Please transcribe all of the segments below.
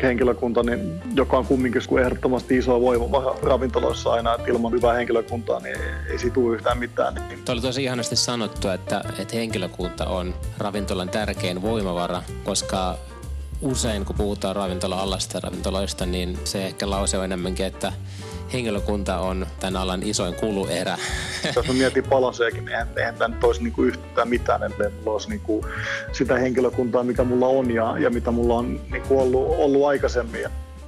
henkilökunta, niin joka on kumminkin ehdottomasti iso voimavara ravintoloissa aina, että ilman hyvää henkilökuntaa niin ei siitä tule yhtään mitään. Tuo oli tosi ihanasti sanottu, että henkilökunta on ravintolan tärkein voimavara, koska usein kun puhutaan ravintola-alasta ja ravintoloista, niin se ehkä lause on enemmänkin, että henkilökunta on tämän alan isoin kuluerä. Jos mä mietin Palaseakin, niin eihän tämä nyt olisi niinku yhtään mitään, ellei mulla olisi niinku sitä henkilökuntaa, mikä mulla on ja mitä mulla on niinku ollut aikaisemmin.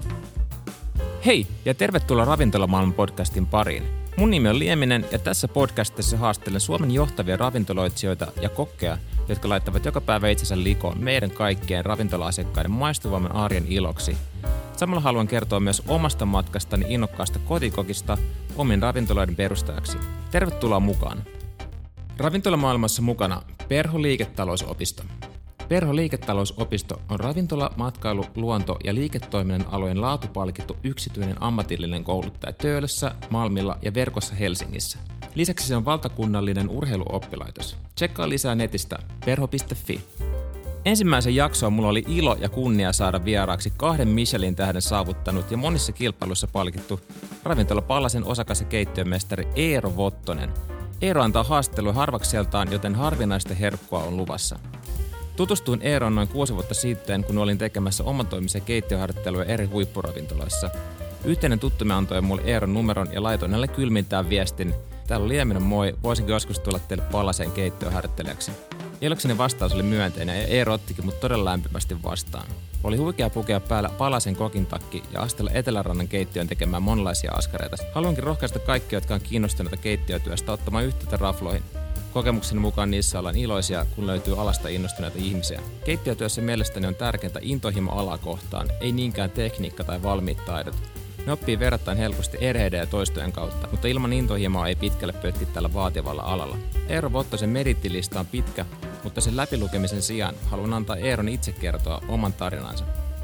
Hei ja tervetuloa Ravintolamaailman podcastin pariin. Mun nimi on Lieminen ja tässä podcastissa haastelen Suomen johtavia ravintoloitsijoita ja kokkeja, jotka laittavat joka päivä itsensä likoon meidän kaikkien ravintola-asiakkaiden maistuvamman arjen iloksi. Samalla haluan kertoa myös omasta matkastani innokkaasta kotikokista omien ravintoloiden perustajaksi. Tervetuloa mukaan! Ravintolamaailmassa mukana Perho liiketalousopisto. Perho liiketalousopisto on ravintola-, matkailu-, luonto- ja liiketoiminnan alojen laatupalkittu yksityinen ammatillinen kouluttaja Töölössä, Malmilla ja verkossa Helsingissä. Lisäksi se on valtakunnallinen urheiluoppilaitos. Tsekkaa lisää netistä perho.fi. Ensimmäisen jaksoon mulla oli ilo ja kunnia saada vieraaksi 2 Michelin-tähden saavuttanut ja monissa kilpailuissa palkittu ravintola Palasen osakas- ja keittiömestari Eero Vottonen. Eero antaa haastattelua harvakseltaan, joten harvinaista herkkua on luvassa. Tutustuin Eeroon noin 6 vuotta sitten, kun olin tekemässä omatoimisia keittiöharjoitteluja eri huippuravintoloissa. Yhteinen tuttumme antoi mulle Eeron numeron ja laitoin hänelle kylmintään viestin: "Täällä on Lieminen, moi, voisinko joskus tulla teille Palaseen keittiöharjoittelijaksi?" Ilokseni vastaus oli myönteinen ja Eero ottikin mut todella lämpimästi vastaan. Oli huikea pukea päällä Palasen kokintakki ja astella Etelärannan keittiön tekemään monenlaisia askareita. Haluankin rohkaista kaikkia, jotka on kiinnostuneita keittiötyöstä, ottamaan yhteyttä rafloihin. Kokemukseni mukaan niissä ollaan iloisia, kun löytyy alasta innostuneita ihmisiä. Keittiötyössä mielestäni on tärkeintä intohimo alaa kohtaan, ei niinkään tekniikka tai valmiit taidot. Ne oppii verrattain helposti erheiden ja toistojen kautta, mutta ilman intohimoa ei pitkälle pötki tällä vaativalla alalla. Eero Vottosen meriittilista on pitkä, mutta sen läpilukemisen sijaan haluan antaa Eeron itse kertoa oman tarinansa.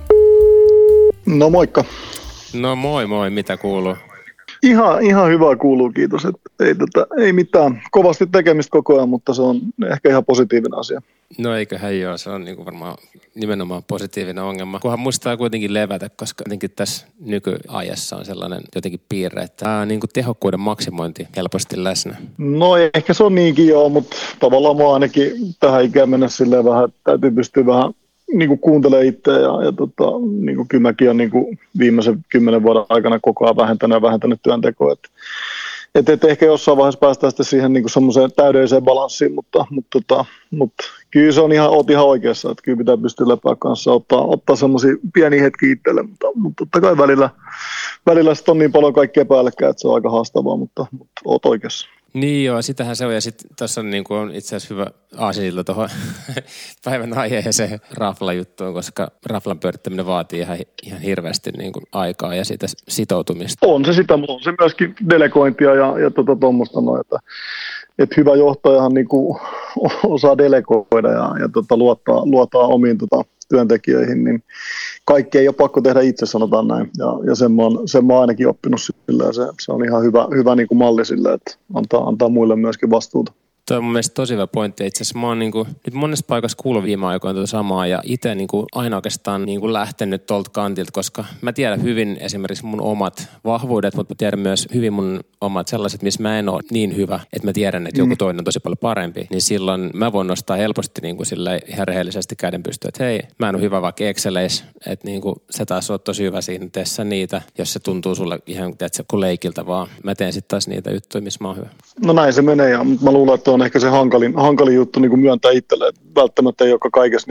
No moikka. No moi, mitä kuuluu? Ihan hyvää kuuluu, kiitos. Ei mitään kovasti tekemistä koko ajan, mutta se on ehkä ihan positiivinen asia. No eiköhän joo, se on niinku varmaan nimenomaan positiivinen ongelma. Kunhan muistaa kuitenkin levätä, koska jotenkin tässä nykyajassa on sellainen jotenkin piirre, että niinku tehokkuuden maksimointi helposti läsnä. No ehkä se on niinkin joo, mutta tavallaan mä ainakin tähän ikään mennä silleen vähän, että täytyy pystyä vähän niinku kuuntelee itseä ja niinku kyllä mäkin olen niinku viimeisen 10 vuoden aikana koko ajan vähentänyt työntekoa. Et ehkä jossain vaiheessa päästään sitten siihen niinku semmoiseen täydelliseen balanssiin, mutta kyllä se on oot ihan oikeassa, että kyllä pitää pystyä lepää kanssa ottaa semmoisia pieniä hetkiä itselle, mutta totta kai välillä sitten on niin paljon kaikkea päällekkäin, että se on aika haastavaa, mutta oot oikeassa. Niin joo, sitähän se on. Ja sitten tässä on, niin kuin on itse asiassa hyvä aasinsilta tuohon päivän aiheeseen raflajuttuun, koska raflan pyörittäminen vaatii ihan hirveästi niin kuin aikaa ja sitä sitoutumista. On se sitä, mutta on se myöskin delegointia ja tuommoista noin, että hyvä johtajahan niin kuin osaa delegoida ja luottaa omiin työntekijöihin, niin kaikki ei ole pakko tehdä itse, sanotaan näin. Ja sen mä oon ainakin oppinut sillä, ja se on ihan hyvä niin kuin malli sillä, että antaa muille myöskin vastuuta. Tuo on mun mielestä tosi hyvä pointti. Itse asiassa mä oon nyt monessa paikassa kuullut viime aikoina tuota samaa ja itse aina oikeastaan lähtenyt tuolta kantilta, koska mä tiedän hyvin esimerkiksi mun omat vahvuudet, mutta mä tiedän myös hyvin mun omat sellaiset, missä mä en ole niin hyvä, että mä tiedän, että joku toinen on tosi paljon parempi. Niin silloin mä voin nostaa helposti sillä ihan rehellisesti käden pystyyn, että hei, mä en ole hyvä vaikka Exceleissä, että sä taas oot tosi hyvä siinä, tee sä niitä, jos se tuntuu sulle ihan kuin leikiltä, vaan mä teen sitten taas niitä juttuja, missä mä oon hyvä. No näin se menee ja mä luulen, että on ehkä se hankalin juttu niin kuin myöntää itselle, että välttämättä ei ole kaikessa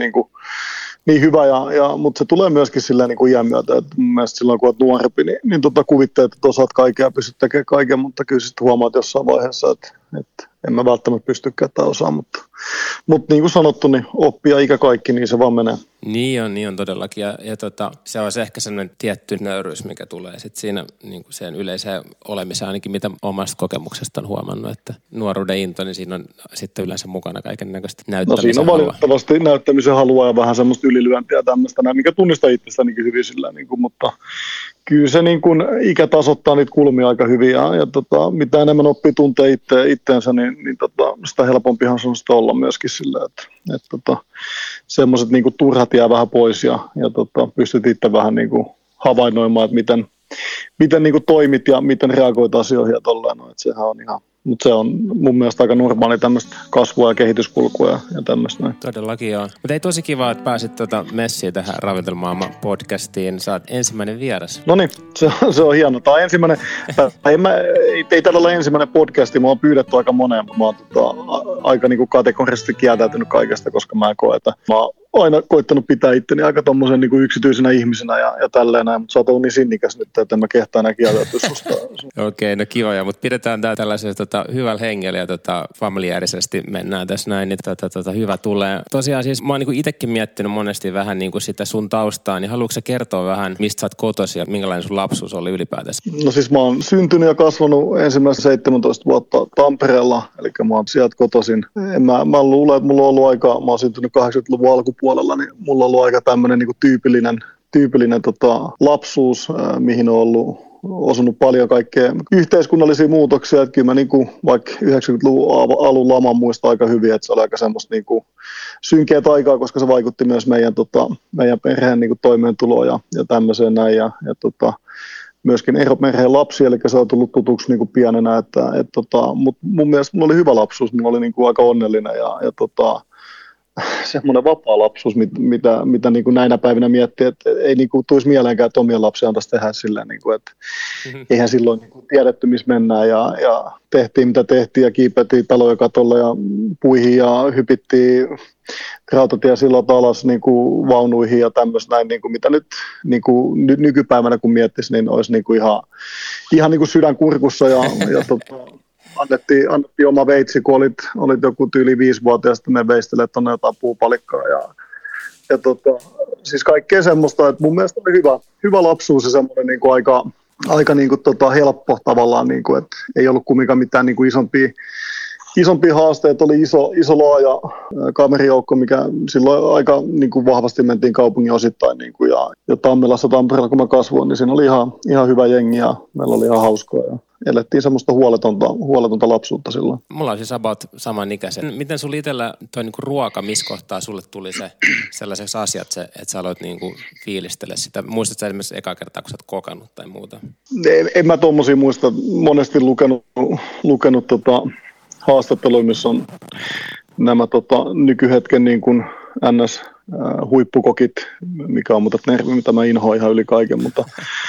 niin hyvä, mutta se tulee myöskin silleen niin kuin iän myötä, että mun mielestä silloin kun olet nuorempi, niin kuvitteet, että osaat kaikkea ja pystyt tekemään kaiken, mutta kyllä sitten huomaat jossain vaiheessa, että en mä välttämättä pystykään tai osaa, mutta niin kuin sanottu, niin oppia ikä kaikki, niin se vaan menee. Niin on todellakin ja se on ehkä sellainen tietty nöyryys, mikä tulee sitten siinä niin kuin sen yleiseen olemiseen, ainakin mitä omasta kokemuksesta on huomannut, että nuoruuden into, niin siinä on sitten yleensä mukana kaiken näköistä näyttämisen halua. No siinä on valitettavasti näyttämisen halua ja vähän semmoista ylilyöntiä ja tämmöistä, mikä tunnistaa itsestänikin hyvin sillä, mutta kyllä se niin kuin ikä tasoittaa niitä kulmia aika hyvin ja mitä enemmän oppii tuntee itteensä, niin sitä helpompihan se on sitten olla olla myöskin sillä, että semmoiset niin kuin turhat jää vähän pois ja pystyt itse vähän niin kuin havainnoimaan, että miten niin kuin toimit ja miten reagoit asioihin ja tolleen, no, että sehän on ihan. Mutta se on mun mielestä aika normaali tämmöistä kasvua ja kehityskulkua ja tämmöistä näin. Todellakin joo. Mutta ei tosi kiva, että pääsit messiin tähän Ravintolamaailman podcastiin. Sä oot ensimmäinen vieras. No niin, se on hieno. Tämä on ensimmäinen, ei tällä ole ensimmäinen podcasti, mä oon pyydetty aika moneen, mutta mä oon aika niinku kategorisesti kieltäytynyt kaikesta, koska mä en koe, että mä oon aina koittanut pitää itteni aika tommosen niinku yksityisenä ihmisenä ja tälleen näin, mutta sä oot ollut niin sinnikäs nyt, että en mä kehtaa enää kieltäytyä susta. Okei, no kiva, mutta pidetään tää tällaisessa hyvällä hengellä ja familiaarisesti mennään tässä näin, niin hyvä tulee. Tosiaan siis mä oon niinku itsekin miettinyt monesti vähän niinku sitä sun taustaa, niin haluatko sä kertoa vähän, mistä sä oot kotoisin ja minkälainen sun lapsuus oli ylipäätänsä? No siis mä oon syntynyt ja kasvanut ensimmäistä 17 vuotta Tampereella, eli mä oon sieltä kotoisin. Mä luulen, että mulla on ollut aika, mä oon syntynyt 80-luvun alkupuolella, niin mulla on ollut aika tämmönen niinku tyypillinen lapsuus, mihin on ollut osunut paljon kaikkea yhteiskunnallisia muutoksia, että kyllä mä niinku, vaikka 90-luvun alun laman muistan aika hyvin, että se oli aika semmoista niinku synkeät aikaa, koska se vaikutti myös meidän perheen niinku toimeentuloon ja tämmöiseen näin ja myöskin eroperheen lapsi, eli se on tullut tutuksi niinku pienenä, mutta mun mielestä mulla oli hyvä lapsuus, mulla oli niinku aika onnellinen ja semmoinen vapaa lapsuus, mitä niin kuin näinä päivinä miettii, että ei niin kuin tulisi mieleenkään, että omien lapsia antaisi tehdä silleen, niin kuin, että eihän silloin niin kuin tiedetty, missä mennään ja tehtiin, mitä tehtiin ja kiipeätiin taloja katolla ja puihin ja hypittiin rautatiesillat alas niin kuin vaunuihin ja tämmöistä näin, niin kuin, mitä nyt niin kuin nykypäivänä kun miettisi, niin olisi niin kuin ihan niin kuin sydän kurkussa ja annettiin oma veitsi, kun olit joku tyyli 5-vuotias, sitten me veistelee tuonne jotain puupalikkaa siis kaikkea semmoista, että mun mielestä oli hyvä lapsuus ja semmoinen niin kuin aika niin kuin helppo tavallaan, niin kuin, että ei ollut kumminkaan mitään niin kuin isompia haasteita, oli iso laaja kamerijoukko, mikä silloin aika niin kuin vahvasti mentiin kaupungin osittain niin kuin, ja Tampereella kun mä kasvoin, niin siinä oli ihan hyvä jengi ja meillä oli ihan hauskaa ja elettiin semmoista huoletonta lapsuutta silloin. Mulla on siis about samanikäisen. Miten sulla itsellä toi niinku ruoka, missä kohtaa sulle tuli se sellaiseksi asiat, että sä aloit niinku fiilistellä sitä? Muistatko sä esimerkiksi eka kertaa, kun sä oot kokannut tai muuta? En mä tommosia muista. Monesti lukenut haastatteluja, missä on nämä nykyhetken niin kuin NS-huippukokit, mikä on muuten nervi, mitä mä inhoan ihan yli kaiken, mutta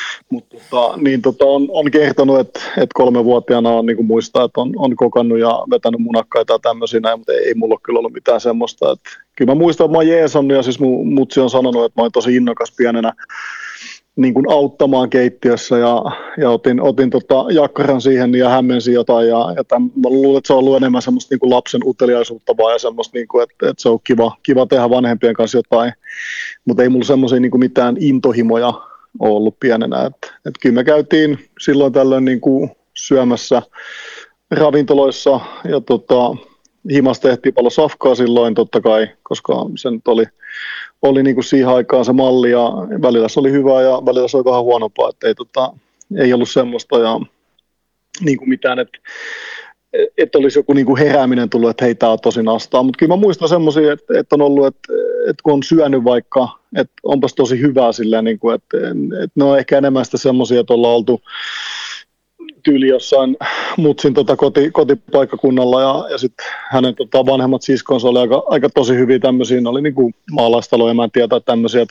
on kertonut, että 3-vuotiaana on niin kuin muistaa, että on kokannut ja vetänyt munakkaita ja tämmöisiä näin, mutta ei mulla ole kyllä ollut mitään semmoista. Että kyllä mä muistan, että mä oon jeesannut ja siis mun mutsi on sanonut, että mä oon tosi innokas pienenä niin kuin auttamaan keittiössä ja otin jakkaran siihen ja hämmensin jotain ja mä luulen, että se on ollut enemmän semmoista niin kuin lapsen uteliaisuutta vaan ja semmoista, niin kuin, että se on kiva tehdä vanhempien kanssa jotain, mutta ei mulla semmoisia niin kuin mitään intohimoja ole ollut pienenä, että kyllä me käytiin silloin tällöin niin kuin syömässä ravintoloissa ja himas tehtiin paljon safkaa silloin totta kai, koska se nyt oli niin kuin siihen aikaan se malli ja välillä se oli hyvää ja välillä se oli vähän huonompaa, että ei ollut semmoista ja niin kuin mitään, että olisi joku niin kuin herääminen tullut, että hei, tää on tosi nastaa, mutta kyllä mä muistan semmoisia, että on ollut, että kun on syönyt vaikka, että onpas tosi hyvää silleen, niin kuin, että ne on ehkä enemmän sitä semmoisia, että ollaan oltu tyyli jossain mutsin kotipaikkakunnalla ja sitten hänen vanhemmat siskonsa oli aika tosi hyviä tämmöisiä, ne oli niinku maalaistaloemäntiä tai tämmöisiä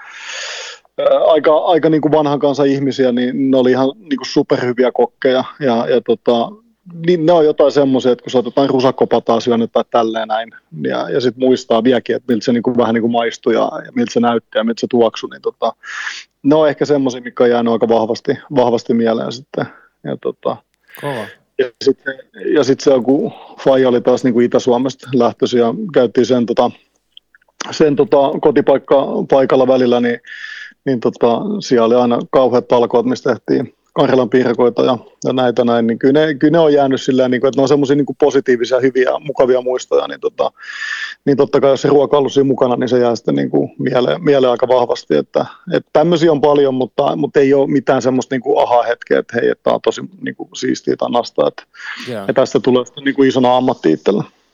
aika niinku vanhan kansan ihmisiä, niin ne oli ihan niinku superhyviä kokkeja niin ne on jotain semmoisia, että kun sä oot jotain rusakkopataa syönyt tai tälleen näin ja sitten muistaa vieläkin, että miltä se niinku vähän niinku maistui ja miltä se näytti ja miltä se tuoksui, niin ne on ehkä semmoisia, mikä on jäänyt aika vahvasti mieleen sitten. Kova. Ja sitten se kun faija oli taas niin kuin Itä-Suomesta lähtöisin ja käytiin sen kotipaikalla välillä, niin siellä oli aina kauheat talkoot, mistä tehtiin Karjalan piirakoita ja näitä näin, niin kyllä ne on jäänyt silleen, niin kuin, että ne on semmoisia niin kuin positiivisia, hyviä, mukavia muistoja, niin totta kai jos se ruoka on ollut siinä mukana, niin se jää sitten niin kuin mieleen aika vahvasti, että tämmöisiä on paljon, mutta ei ole mitään semmoista niin kuin aha-hetkeä, että hei, että tämä on tosi niin kuin siistiä tai nastaa, että ja tästä tulee sitten niin kuin isona ammatti itsellä.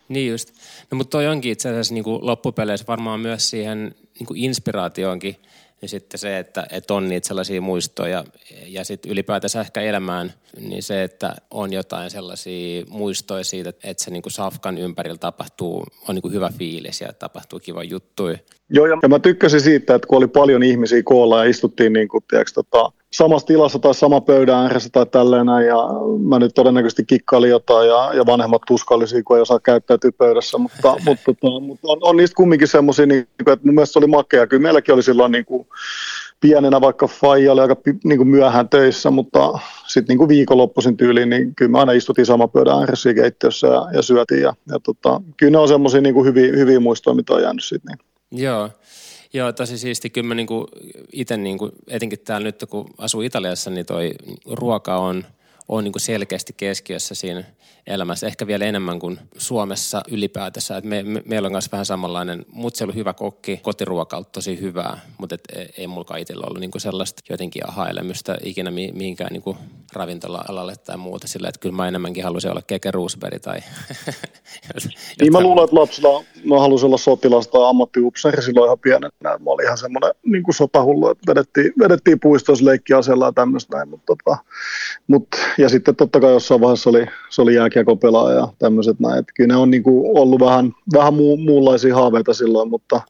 Niin just. No mutta toi onkin itse asiassa niin kuin loppupeleissä varmaan myös siihen niin kuin inspiraatioonkin, niin sitten se, että on niitä sellaisia muistoja ja sitten ylipäätänsä ehkä elämään, niin se, että on jotain sellaisia muistoja siitä, että se niin kuin safkan ympärillä tapahtuu, on niin kuin hyvä fiilis ja tapahtuu kiva juttuja. Joo, ja mä tykkäsin siitä, että kun oli paljon ihmisiä koolla ja istuttiin niin kuin, samassa tilassa tai sama pöydän ääressä tai tälleen, ja mä nyt todennäköisesti kikkailin jotain ja vanhemmat tuskallisia, kun ei osaa käyttäytyä pöydässä, mutta on niistä kumminkin semmoisia, niin että mun mielestä se oli makea. Kyllä meilläkin oli silloin niin kuin pienenä, vaikka faija oli aika niin kuin myöhään töissä, mutta sitten niin kuin viikonloppuisin tyyliin, niin kyllä me aina istutiin sama pöydän ääressä keittiössä ja syötiin. Kyllä ne on semmoisia niin kuin hyviä muistoja, mitä on jäänyt siitä. Niin. Joo, tosi siisti. Kyllä mä niinku itse niinku, etenkin täällä nyt kun asuu Italiassa, niin toi ruoka on niinku selkeästi keskiössä siinä elämässä. Ehkä vielä enemmän kuin Suomessa ylipäätänsä. Et meillä on myös vähän samanlainen, mutta se oli hyvä kokki, kotiruoka on tosi hyvää, mutta ei mullakaan itsellä ollut niinku sellaista jotenkin aha-elämystä ikinä mihinkään niinku ravintola-alalle tai muuta. Sillä, että kyllä mä enemmänkin halusin olla Keke Roosberg tai... Niin mä luulen, että lapsilla mä halusin olla sotilas tai ammattiupseeri silloin ihan pienenä. Mä olin ihan semmoinen niin kuin sotahullu, että vedettiin puistoissa leikkiaseella ja tämmöistä näin. Ja sitten totta kai jossain vaiheessa se oli jääkiekopelaaja ja tämmöiset näin. Että kyllä ne on niin kuin ollut vähän muunlaisia haaveita silloin, mutta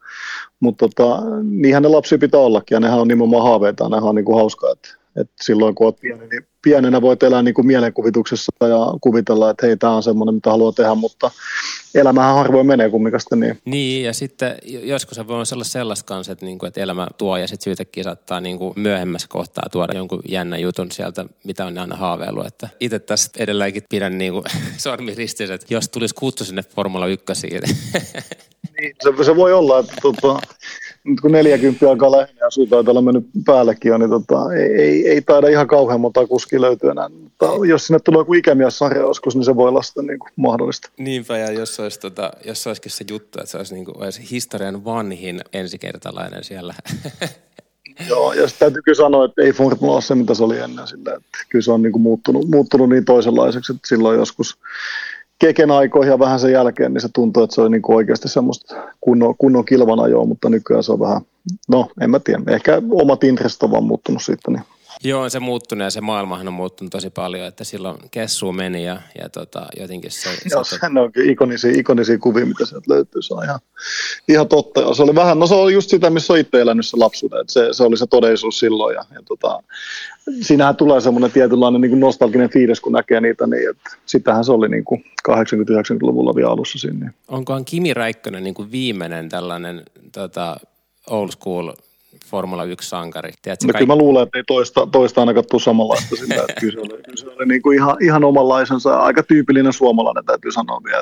niinhän ne lapsia pitää ollakin ja nehän on nimenomaan haaveita. Nehän on niin kuin hauskaa, että silloin kun olet pieni, niin pienenä voit elää niin kuin mielenkuvituksessa ja kuvitella, että hei, tämä on semmoinen, mitä haluaa tehdä, mutta elämähän harvoin menee kummikasta niin. Niin, ja sitten joskus se voi olla sellaista kanssa, että elämä tuo ja sitten syytäkin saattaa myöhemmässä kohtaa tuoda jonkun jännän jutun sieltä, mitä on aina haaveillut. Että itse tässä edelleenkin pidän sormi ristissä, että jos tulisi kutsu sinne Formula 1. Niin, se voi olla, että nyt kun 40 alkaa lähinnä ja sun taitaa olla mennyt päällekin jo, niin ei taida ihan kauhean monta kuskia löytyä enää. Mutta jos sinne tulee joku ikämies-sarja joskus, niin se voi olla sitten niin kuin mahdollista. Niinpä, ja jos olisikin se juttu, että se olisi historian vanhin ensikertalainen siellä. Joo, ja sitten täytyy kyllä sanoa, että ei Formula ole se, mitä se oli ennen. Sillä, että kyllä se on niin kuin muuttunut niin toisenlaiseksi, että silloin joskus Keken aikoihin ja vähän sen jälkeen, niin se tuntuu, että se oli niinku oikeasti semmoista kunnon kilvanajoa, mutta nykyään se on vähän, no en mä tiedä, ehkä omat intressit on vaan muuttunut siitä. Niin. Joo, on se muuttunut ja se maailmahan on muuttunut tosi paljon, että silloin Kessu meni ja jotenkin se... Joo, ne on kyllä ikonisia kuvia, mitä sieltä löytyy, se on ihan totta. Ja se oli vähän, no se oli just sitä, missä on itse elänyt se lapsuuden, että se oli se todellisuus silloin ja siinähän tulee semmoinen tietynlainen niin kuin nostalginen fiilis, kun näkee niitä, niin että sitähän se oli niin kuin 80-90-luvulla vielä alussa siinä. Niin. Onkohan Kimi Räikkönen niin kuin viimeinen tällainen old school Formula 1-sankari? No kyllä mä luulen, että ei toista ainakaan tule samanlaista sillä, että kyllä se oli niin kuin ihan omanlaisensa, aika tyypillinen suomalainen täytyy sanoa vielä,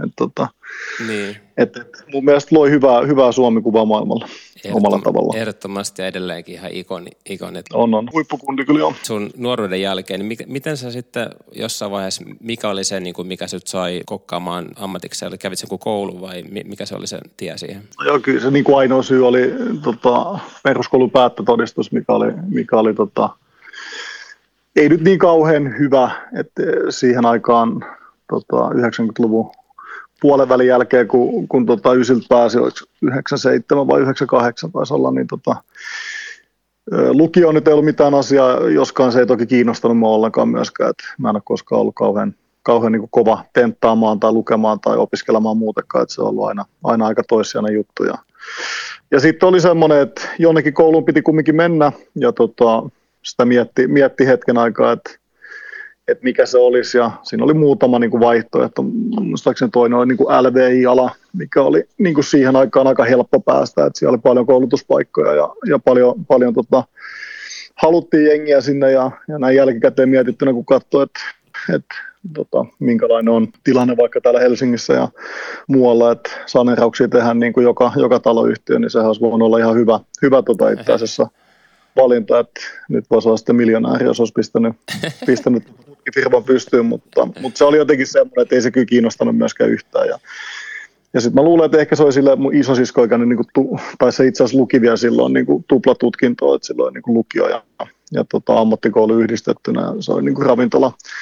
niin. että mun mielestä loi hyvää Suomi-kuvaa maailmalla omalla tavallaan. Ehdottomasti ja edelleenkin ihan ikoni. On, huippukundi kyllä on. Sun nuoruuden jälkeen, niin miten sä sitten jossain vaiheessa, mikä oli se, niin kuin mikä sut sai kokkaamaan ammatikseen, kävit sen koulu vai mikä se oli se tie siihen? Joo, kyllä se niin kuin ainoa syy oli peruskoulun päättötodistus, mikä oli ei nyt niin kauhean hyvä, että siihen aikaan 90-luvun puolen välin jälkeen, kun ysiltä pääsi, oliko 97 vai 98 taisi olla, niin lukio nyt ei ollut mitään asiaa, joskaan se ei toki kiinnostanut minua ollenkaan myöskään, että mä en ole koskaan ollut kauhean niin kuin kova tenttaamaan tai lukemaan tai opiskelemaan muutenkaan, että se on ollut aina aika toissijainen juttu. Ja sitten oli semmoinen, että jonnekin kouluun piti kumminkin mennä ja sitä mietti hetken aikaa, että mikä se olisi, ja siinä oli muutama niin kuin vaihtoehto. Muistaakseni toinen oli niin kuin LVI-ala, mikä oli niin kuin siihen aikaan aika helppo päästä, että siellä oli paljon koulutuspaikkoja ja paljon haluttiin jengiä sinne, ja näin jälkikäteen mietittynä, kun katsoi, että minkälainen on tilanne vaikka täällä Helsingissä ja muualla, että saneerauksia tehdään niin kuin joka taloyhtiö, niin sehän olisi voinut olla ihan hyvä itse asiassa valinta, että nyt voisi olla sitten miljonääri, jos olisi pistänyt firman pystyyn, mutta se oli jotenkin semmoinen, että ei se kyllä kiinnostanut myöskään yhtään. Ja sitten mä luulen, että ehkä se oli sille mun isosiskoikäinen, tai se itse asiassa luki vielä silloin niin kuin tuplatutkintoa, että silloin niin kuin lukio ja ammattikoulu yhdistettynä. Se oli niin kuin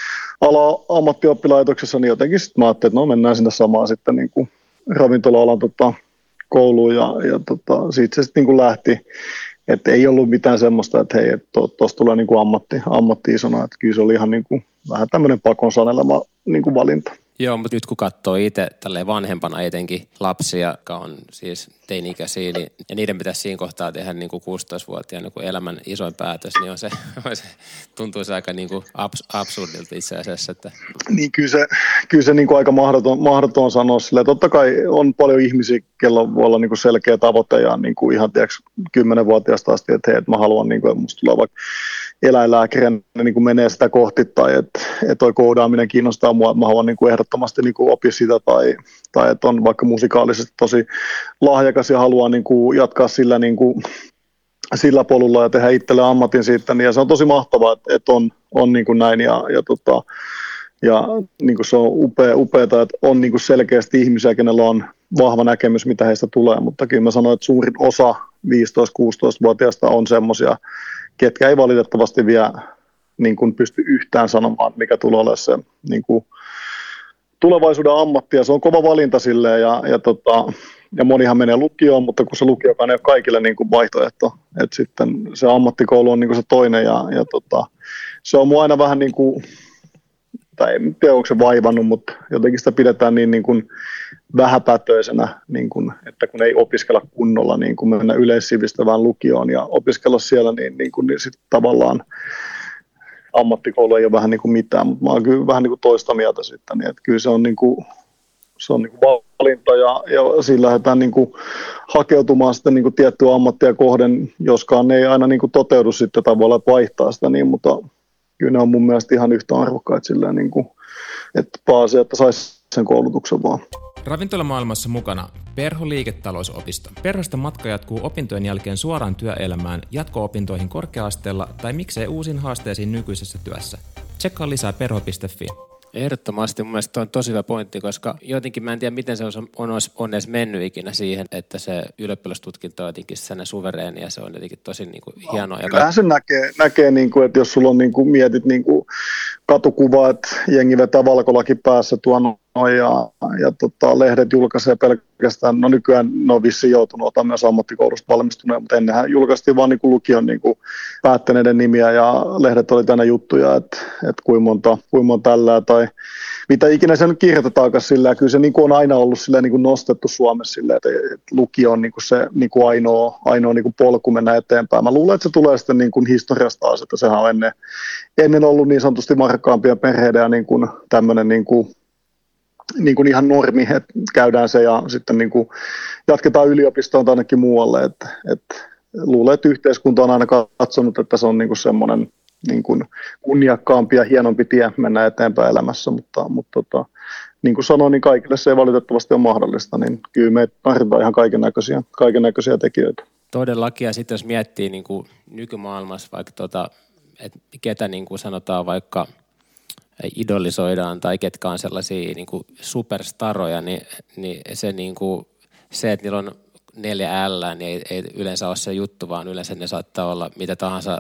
ammattioppilaitoksessa, niin jotenkin sitten mä ajattelin, että no mennään sinne samaan sitten niin kuin ravintola-alan kouluun ja siitä se sitten niin kuin lähti. Että ei ollut mitään semmoista, että hei, tuossa tulee niin kuin ammatti isona, että kyllä se oli ihan niin kuin, vähän tämmöinen pakon sanelema niin kuin valinta. Joo, mutta nyt kun katsoo itse tälleen vanhempana etenkin lapsia, jotka on siis teini-ikäisiä, niin, ja niiden pitäisi siinä kohtaa tehdä niin kuin 16-vuotiaan niin kuin elämän isoin päätös, niin se tuntuisi aika niin kuin absurdilta itse asiassa. Että... Niin kyllä se niin kuin aika mahdoton sanoa silleen. Totta kai on paljon ihmisiä, kello voi olla niin kuin selkeä tavoite ja niin kuin ihan 10-vuotiaasta asti, että hei, että mä haluan, niin kuin, että musta tulee vaikka eläinlääkärinä niin kuin menee sitä kohti tai että toi koodaaminen kiinnostaa mua, että mä haluan niin kuin ehdottomasti niin kuin opia sitä tai että on vaikka musikaalisesti tosi lahjakas ja haluaa niin kuin jatkaa sillä, niin kuin, sillä polulla ja tehdä itselle ammatin siitä. Niin ja se on tosi mahtavaa, että on niin kuin näin ja niin kuin se on upeata, että on niin kuin selkeästi ihmisiä, kenellä on vahva näkemys, mitä heistä tulee, mutta kyllä mä sanoin, että suurin osa 15-16-vuotiaista on semmoisia, ketkä ei valitettavasti vielä niin kuin pysty yhtään sanomaan, mikä tulee olemaan se niin kuin tulevaisuuden ammatti, ja se on kova valinta silleen, ja monihan menee lukioon, mutta kun se lukiokaan ei ole kaikille niin kuin vaihtoehto, että sitten se ammattikoulu on niin kuin se toinen, ja se on mua aina vähän niin kuin, tai en tiedä, onko se vaivannut, mutta jotenkin sitä pidetään niin kuin vähäpätöisenä, niin kuin, että kun ei opiskella kunnolla, niin kuin mennä yleissivistävään lukioon ja opiskella siellä, niin sitten tavallaan ammattikoulu ei ole vähän niin kuin mitään, mutta mä oon kyllä vähän niin kuin toista mieltä sitten, niin että kyllä se on niin kuin valinta ja siinä lähdetään niin kuin hakeutumaan sitten niin kuin tiettyä ammattia kohden, joskaan ne ei aina niin kuin toteudu sitten tavallaan vaihtaa sitä, niin, mutta kyllä ne on mun mielestä ihan yhtä arvokkaita silleen, niin kuin, että pääsee, että saisi sen koulutuksen vaan. Ravintolamaailmassa mukana Perho liiketalousopisto. Perhosta matka jatkuu opintojen jälkeen suoraan työelämään, jatko-opintoihin korkea-asteella tai miksei uusiin haasteisiin nykyisessä työssä. Tsekkaa lisää perho.fi. Ehdottomasti mun mielestä on tosi hyvä pointti, koska jotenkin mä en tiedä, miten se on edes mennyt ikinä siihen, että se ylioppilastutkinto on jotenkin sellainen suvereeni ja se on jotenkin tosi niin kuin hienoa. Kyllähän se näkee niin kuin, että jos sulla on, niin kuin, mietit niin kuin katukuvaa, että jengi vetää valkolaki päässä tuon ja lehdet julkaisee pelkästään, no nykyään ne on vissiin joutunut ottaa myös ammattikoulusta valmistuneen, mutta ennenhän julkaistiin vaan niin kuin lukion niin kuin päättäneiden nimiä ja lehdet oli tänä juttuja, että kuinka monta tällä tai mitä ikinä se nyt kirjoitetaankaan sillä, ja kyllä se niin kuin on aina ollut silleen, niin kuin nostettu Suomessa silleen, että lukio on niin kuin se niin kuin ainoa niin kuin polku mennä eteenpäin. Mä luulen, että se tulee sitten niin kuin historiasta taas, että sehän on ennen ollut niin sanotusti varkkaampia perheiden ja niin kuin tämmöinen niin kuin ihan normi, että käydään se ja sitten niin kuin jatketaan yliopistoon tai ainakin muualle. Että luulen, että yhteiskunta on aina katsonut, että se on niin kuin semmoinen niin kuin kunniakkaampi ja hienompi tie mennä eteenpäin elämässä, mutta niin kuin sanoin, niin kaikille se ei valitettavasti ole mahdollista, niin kyllä me tarvitaan ihan kaikennäköisiä tekijöitä. Todellakin, ja sitten jos miettii niin kuin nykymaailmassa vaikka että ketä niin kuin sanotaan vaikka idolisoidaan tai ketkä on sellaisia niin kuin superstaroja, niin se, niin kuin, se, että niillä on 4 L, niin ei yleensä ole se juttu, vaan yleensä ne saattaa olla mitä tahansa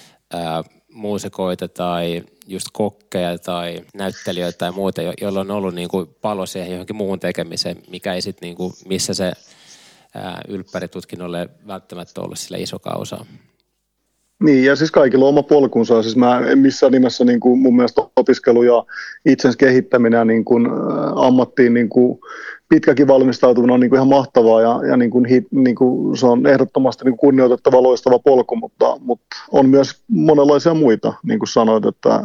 muusikoita tai just kokkeja tai näyttelijöitä tai muuta, joilla on ollut niin kuin palo siihen johonkin muuhun tekemiseen, mikä ei sitten niin kuin, missä se ylppäritutkinnolle välttämättä ollut sille iso kausa. Niin, ja siis kaikilla on oma polkunsa. Siis mä en missään nimessä niin kuin mun mielestä opiskelu ja itsensä kehittäminen ja niin kuin ammattiin niin kuin pitkäkin valmistautuminen on niin kuin ihan mahtavaa ja niin kuin se on ehdottomasti niin kuin kunnioitettava, loistava polku, mutta on myös monenlaisia muita, niin kuin sanoit, että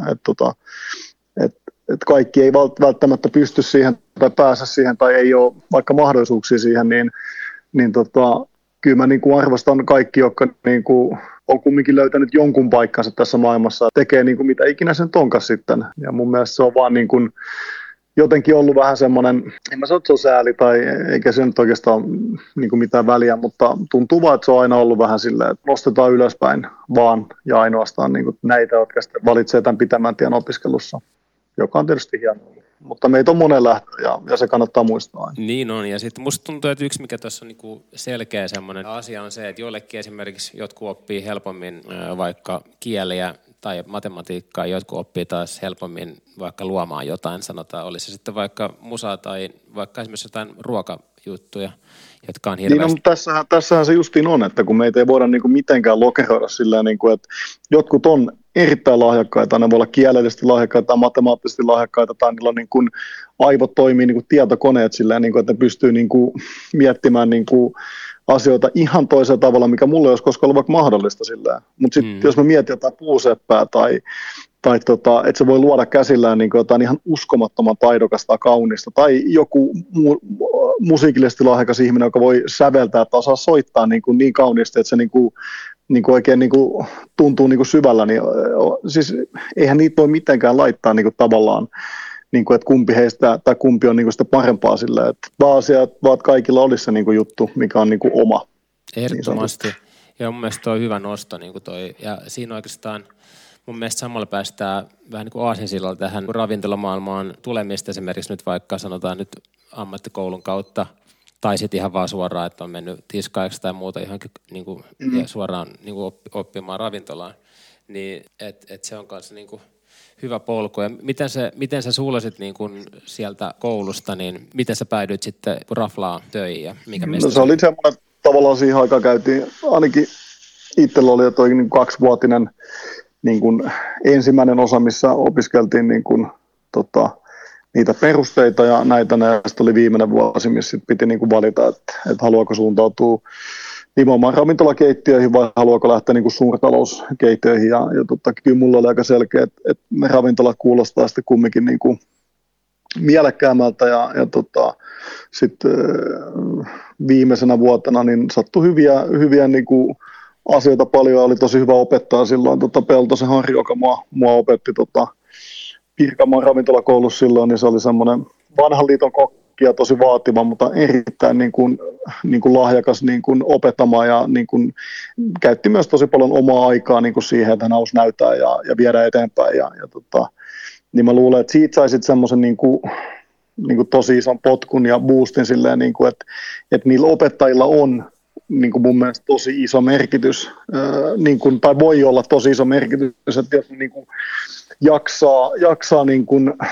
kaikki ei välttämättä pysty siihen tai pääse siihen tai ei ole vaikka mahdollisuuksia siihen, niin kyllä mä niin kuin arvostan kaikki, jotka niin kuin on kumminkin löytänyt jonkun paikkansa tässä maailmassa, tekee niin kuin mitä ikinä sen onkaan sitten. Ja mun mielestä se on vaan niin kuin jotenkin ollut vähän semmoinen, en mä sano, että se on sääli tai eikä se nyt oikeastaan niin kuin mitään väliä, mutta tuntuu vaan, että se on aina ollut vähän silleen, että nostetaan ylöspäin vaan ja ainoastaan niin kuin näitä, jotka sitten valitsee tämän pitemmän tien opiskelussa, joka on tietysti hienoa. Mutta meitä on monen lähtö ja se kannattaa muistaa. Niin on, ja sitten musta tuntuu, että yksi mikä tässä on niinku selkeä semmoinen asia on se, että joillekin esimerkiksi jotkut oppii helpommin vaikka kieliä tai matematiikkaa, jotkut oppii taas helpommin vaikka luomaan jotain, sanotaan, olisi se sitten vaikka musaa tai vaikka esimerkiksi jotain ruokajuttuja, jotka on hirveästi. Niin, no, tässähän se justiin on, että kun meitä ei voida niin kuin mitenkään lokeroida sillä niin kuin, että jotkut on erittäin lahjakkaita, ne voi olla kielellisesti lahjakkaita tai matemaattisesti lahjakkaita, tai niillä on niin kuin, aivot toimii niin kuin tietokoneet sillä niin kuin, että ne pystyy niin kuin, miettimään niin kuin, asioita ihan toisella tavalla, mikä mulle ei olisi koskaan ollut vaikka mahdollista sillä. Mutta sitten jos mä mietin jotain puuseppää tai että se voi luoda käsillään niin jotain ihan uskomattoman taidokasta tai kaunista, tai joku musiikillisesti lahjakas ihminen, joka voi säveltää tai osaa soittaa niin kauniisti, että se niin kuin oikein niin kuin tuntuu niin kuin syvällä, niin siis eihän niitä voi mitenkään laittaa niin kuin tavallaan, niin kuin, että kumpi heistä tai kumpi on niin kuin sitä parempaa sillä, että vaan kaikilla olisi se niin kuin juttu, mikä on niin kuin oma. Ehdottomasti. Ja mun mielestä toi on hyvä nosto, niin kuin toi, ja siinä oikeastaan mun mielestä samalla päästään vähän niin kuin aasinsillalla tähän ravintolamaailmaan tulemista esimerkiksi nyt vaikka sanotaan nyt ammattikoulun kautta tai sitten ihan vaan suoraan, että on mennyt tiskaajaksi tai muuta ihan niin kuin, suoraan niin kuin oppimaan ravintolaan. Niin et se on kanssa niin kuin hyvä polku. Ja miten sä suulasit niin kuin sieltä koulusta, niin miten sä päädyit sitten raflaan töihin ja mikä no, se oli semmoinen, tavallaan siihen aikaan käytiin, ainakin itsellä oli toi niin 2-vuotinen niin kuin ensimmäinen osa, missä opiskeltiin niin kuin, niitä perusteita ja näitä, ja sitten oli viimeinen vuosi, missä piti niin kuin valita, että haluaako suuntautua nimenomaan ravintolakeittiöihin vai haluaako lähteä niin kuin suurtalouskeittiöihin. Ja kyllä mulla oli aika selkeä, että ne ravintolat kuulostaa sitten kumminkin niin kuin mielekkäämältä ja sitten viimeisenä vuotena niin sattui hyviä niin kuin asioita paljon, oli tosi hyvä opettaa silloin Peltosen Harri, joka mua opetti Pirkanmaan ravintolakoulussa silloin, niin se oli semmoinen vanhan liiton kokki ja tosi vaativa, mutta erittäin niin kuin lahjakas niin kuin opettamaan ja niin kuin käytti myös tosi paljon omaa aikaa niin kuin siihen, että hän halusi näyttää ja viedä eteenpäin. Niin mä luulen, että siitä sai sitten semmoisen niin kuin tosi ison potkun ja boostin silleen, niin kuin, että niillä opettajilla on niin kuin mun mielestä tosi iso merkitys, niin kuin, tai voi olla tosi iso merkitys, että jos niin kuin jaksaa niin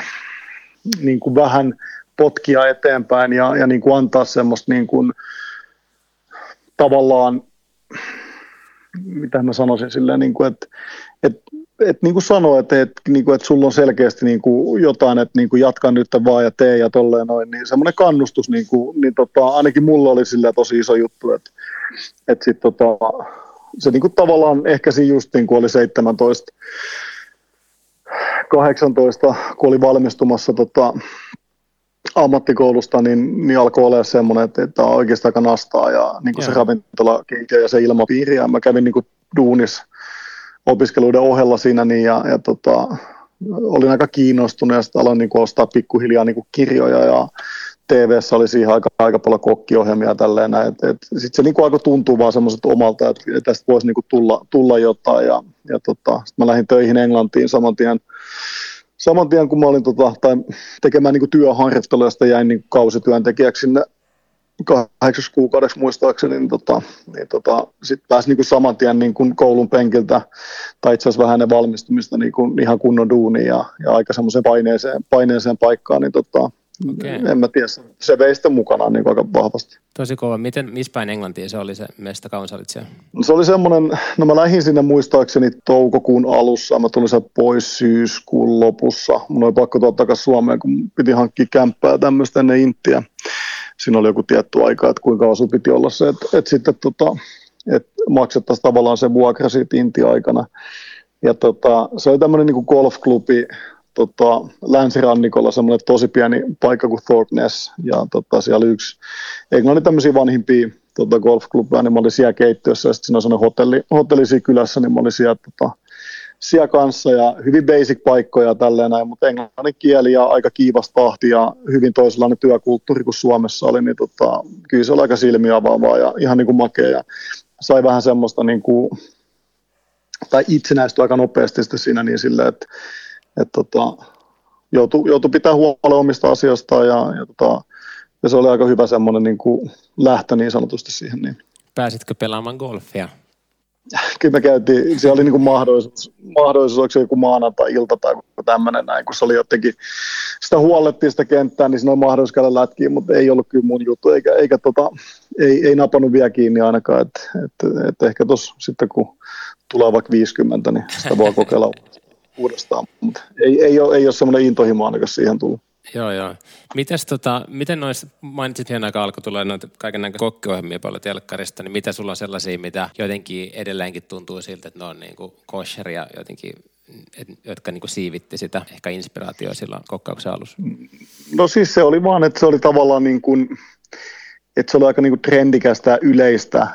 kuin vähän potkia eteenpäin ja niin kuin antaa semmoista niin kuin, tavallaan, mitä mä sanoisin silleen, niin kuin, että niin kuin sanoo, että sulla on selkeästi niin kuin jotain, että niin kuin jatka nyt vaan ja tee ja tolleen noin, niin semmoinen kannustus, niin ainakin mulla oli silleen tosi iso juttu, että sitten se niin kuin tavallaan ehkä siinä just niin kuin oli 17, 18, kun oli valmistumassa ammattikoulusta, niin alkoi olla semmoinen, että on oikeastaan aika nastaa ja niin kuin se ravintolakeittiö ja se ilmapiiri. Ja mä kävin niin kuin duunis opiskeluiden ohella siinä niin, ja olin aika kiinnostunut ja sitten aloin niin kuin ostaa pikkuhiljaa niin kuin kirjoja ja TV:ssä oli siihen aika paljon kokkiohjelmia ja tälleen. Sitten se niin kuin alkoi tuntua vaan semmoiset omalta, että tästä voisi niin kuin tulla jotain. Sitten mä lähdin töihin Englantiin saman tien kun mä olin tai tekemään niin kuin työharjoittelua, josta jäin niin kuin kausityöntekijäksi sinne 8 kuukaudeksi muistaakseni, niin sitten pääsi niin kuin saman tien niin kuin koulun penkiltä, tai itse asiassa vähän ennen valmistumista niin kuin ihan kunnon duuniin ja aika semmoiseen paineeseen paikkaan, niin en mä tiedä, se vei sitten mukanaan niin aika vahvasti. Tosi kova. Missä päin Englantia se oli se mesta, kauan sä olit siellä? Se oli semmoinen, no mä lähdin sinne muistaakseni toukokuun alussa, mä tulin sieltä pois syyskuun lopussa. Mun oli pakko tuoda takaisin Suomeen, kun piti hankkia kämppää ja tämmöistä ennen Inttiä. Siinä oli joku tietty aika, että kuinka kauan piti olla se, että sitten että maksettaisiin tavallaan se vuokra siitä Inti-aikana. Ja se oli tämmöinen niin kuin golfklubi, länsirannikolla semmoinen tosi pieni paikka kuin Thorpe Ness, ja siellä oli yksi Englannin tämmöisiä vanhimpia golfklubeja, niin mä olin siellä keittiössä, ja sitten siinä on semmoinen hotelli siinä kylässä, niin mä olin siellä kanssa, ja hyvin basic paikkoja ja tälleen näin, mutta englannin kieli ja aika kiivas tahti, ja hyvin toisenlainen työkulttuuri kuin Suomessa oli, niin kyllä se oli aika silmiä avaavaa ja ihan niin kuin makea, ja sai vähän semmoista niin kuin, tai itsenäistyi aika nopeasti sitten siinä niin silleen, että joutui pitää huolta omista asioistaan ja se oli aika hyvä semmoinen niin kuin lähtö niin sanotusti siihen. Niin. Pääsitkö pelaamaan golfia? Kyllä me käytiin, siellä oli niin kuin mahdollisuus, oliko se joku maanantai-ilta tai tämmöinen näin, kun se oli jotenkin, sitä huollettiin sitä kenttää, niin siinä on mahdollisuus käydä lätkiin, mutta ei ollut kyllä mun juttu, ei napannut vielä kiinni ainakaan, että ehkä tuossa sitten kun tulee vaikka 50, niin sitä voi kokeilla uudestaan, mutta ei ole semmoinen intohimo ainakaan siihen tullut. Joo. Miten noissa, mainitsit hieman aikaa alkoi tulla noita kaikennäköisiä kokkiohjelmia paljon telkkarista, niin mitä sulla on sellaisia, mitä jotenkin edelleenkin tuntuu siltä, että ne on niin kuin kosheria jotenkin, jotka niin kuin siivitti sitä ehkä inspiraatioa silloin kokkauksen alussa? No siis se oli vaan, että se oli tavallaan niin kuin, että se oli aika niin kuin trendikästä ja yleistä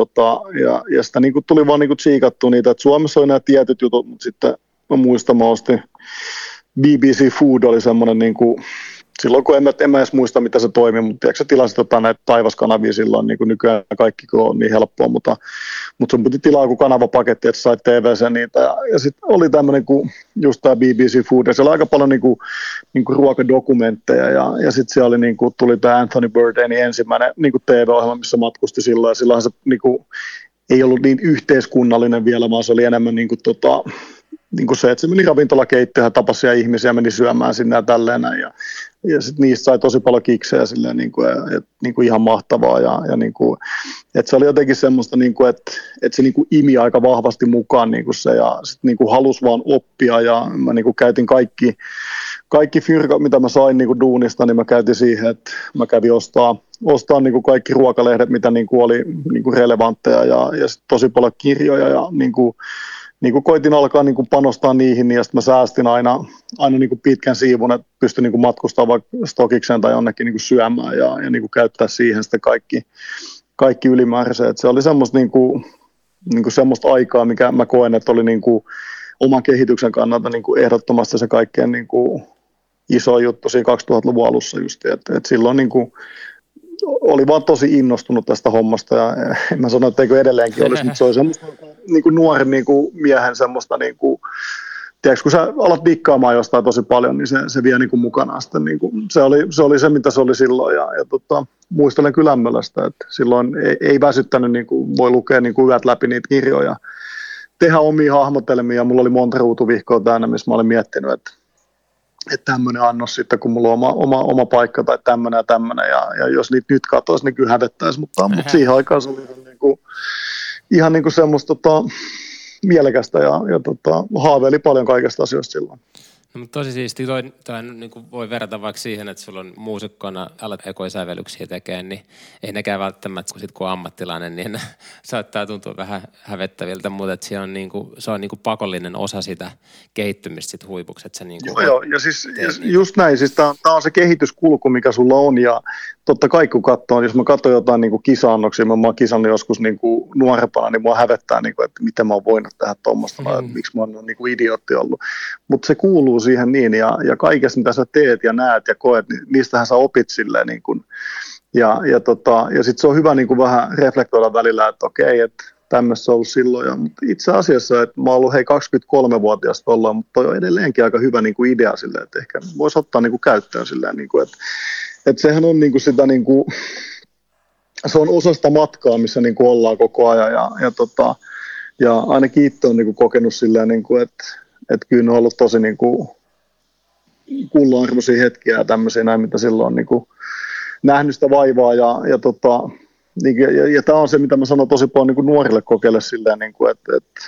ja sitä niin kuin tuli vaan niin kuin tsiikattua niitä, että Suomessa oli nämä tietyt jutut, mutta sitten mä ostin BBC Food oli semmoinen, niin kuin, silloin kun en mä edes muista, mitä se toimi, mutta tiedätkö, sä tilasit näitä taivaskanavia silloin, niin kuin nykyään kaikki on niin helppoa, mutta sun piti tilaa joku kanavapaketti, että sait TV:ssä niitä, ja sitten oli tämmöinen kuin just tämä BBC Food, ja siellä oli aika paljon niin kuin ruokadokumentteja, ja sitten siellä oli, niin kuin, tuli tämä Anthony Bourdainin ensimmäinen niin kuin TV-ohjelma, missä matkusti silloin, ja silloin se niin kuin, ei ollut niin yhteiskunnallinen vielä, vaan se oli enemmän niin kuin, niin kuin se, että se meni ravintolakeittiöön ja tapasi ihmisiä, meni syömään sinne ja tälleen näin. Ja sitten niistä sai tosi paljon kiksejä silleen, niin kuin ihan mahtavaa. Ja niin kuin, että se oli jotenkin semmoista, niin kuin, että se niin kuin imi aika vahvasti mukaan niin kuin se. Ja sitten niin kuin halusi vaan oppia ja mä niin kuin käytin kaikki fyrkat, mitä mä sain niin kuin duunista, niin mä käytin siihen, että mä kävin ostaa niin kuin kaikki ruokalehdet, mitä niin kuin oli niin kuin relevantteja ja sitten tosi paljon kirjoja ja niin kuin koitin alkaa niin kuin panostaa niihin, ja sitten mä säästin aina niin kuin pitkän siivun, että pystyn niin kuin matkustamaan vaikka Stokikseen tai jonnekin niin kuin syömään ja niin kuin käyttää siihen sitten kaikki ylimääräiset. Se oli semmoista, niin kuin semmoista aikaa, mikä mä koen, että oli niin kuin oman kehityksen kannalta niin kuin ehdottomasti se kaikkein niin kuin iso juttu siinä 2000-luvun alussa just, että silloin niin kuin oli vaan tosi innostunut tästä hommasta ja en mä sano, että eikö edelleenkin olisi, mutta se oli semmoista niin kuin nuoren niin kuin miehen semmoista, niin kuin, tiedätkö, kun sä alat dikkaamaan jostain tosi paljon, niin se vie niin kuin mukanaan sitten, niin kuin, se oli se, mitä se oli silloin ja muistelen kyllä lämmölästä, että silloin ei väsyttänyt, niin kuin, voi lukea niin kuin yöt läpi niitä kirjoja, tehdä omia hahmotelmia, mulla oli monta ruutuvihkoa täynnä, missä mä olin miettinyt, että tämmöinen annos sitten, kun mulla on oma paikka tai tämmöinen ja tämmöinen, ja jos niitä nyt katoisi, niin kyllä hävettäisi, mutta siihen aikaan se oli ihan niin kuin semmoista mielekästä ja haaveili paljon kaikesta asioista silloin. No, mutta tosi siisti. Toi niin kuin voi verrata vaikka siihen, että sulla on muusikkona alat ekoisävellyksiä tekemään, niin ei nekään välttämättä, kun on ammattilainen, niin saattaa tuntua vähän hävettäviltä, mutta se on niin kuin pakollinen osa sitä kehittymistä sit huipuksi. Että niin joo, ja siis just näin. Siis tämä on se kehityskulku, mikä sulla on, ja totta kai kun katsoo, jos mä katson jotain niin kuin kisa-annoksia, mä oon kisannut joskus niin kuin nuorempana, niin mua hävettää, niin kuin, että miten mä oon voinut tehdä tuommoista, miksi mä oon niin kuin idiootti ollut. Mutta se kuuluu siihen niin, ja kaikessa mitä sä teet ja näet ja koet, niin niistähän sä opit silleen niin kuin, ja sitten se on hyvä niin kuin vähän reflektoida välillä, että okei, että tämmöistä on ollut silloin, mutta itse asiassa, että mä oon ollut 23-vuotias tuolloin, mutta toi on edelleenkin aika hyvä niin kuin idea silleen, että ehkä voisi ottaa niin kuin käyttöön silleen, niin kuin, että sehän on niin kuin sitä niin kuin, se on osa sitä matkaa, missä niin kuin ollaan koko ajan ja ainakin itse on niin kuin kokenut silleen, niin kuin, että kyllä ne on ollut tosi niin kuin kullanarvoisia hetkiä ja tämmöisiä näin, mitä silloin on niin kuin nähnyt sitä vaivaa ja tämä on se, mitä mä sanon tosi paljon niin kuin nuorille kokeille silleen, niin kuin,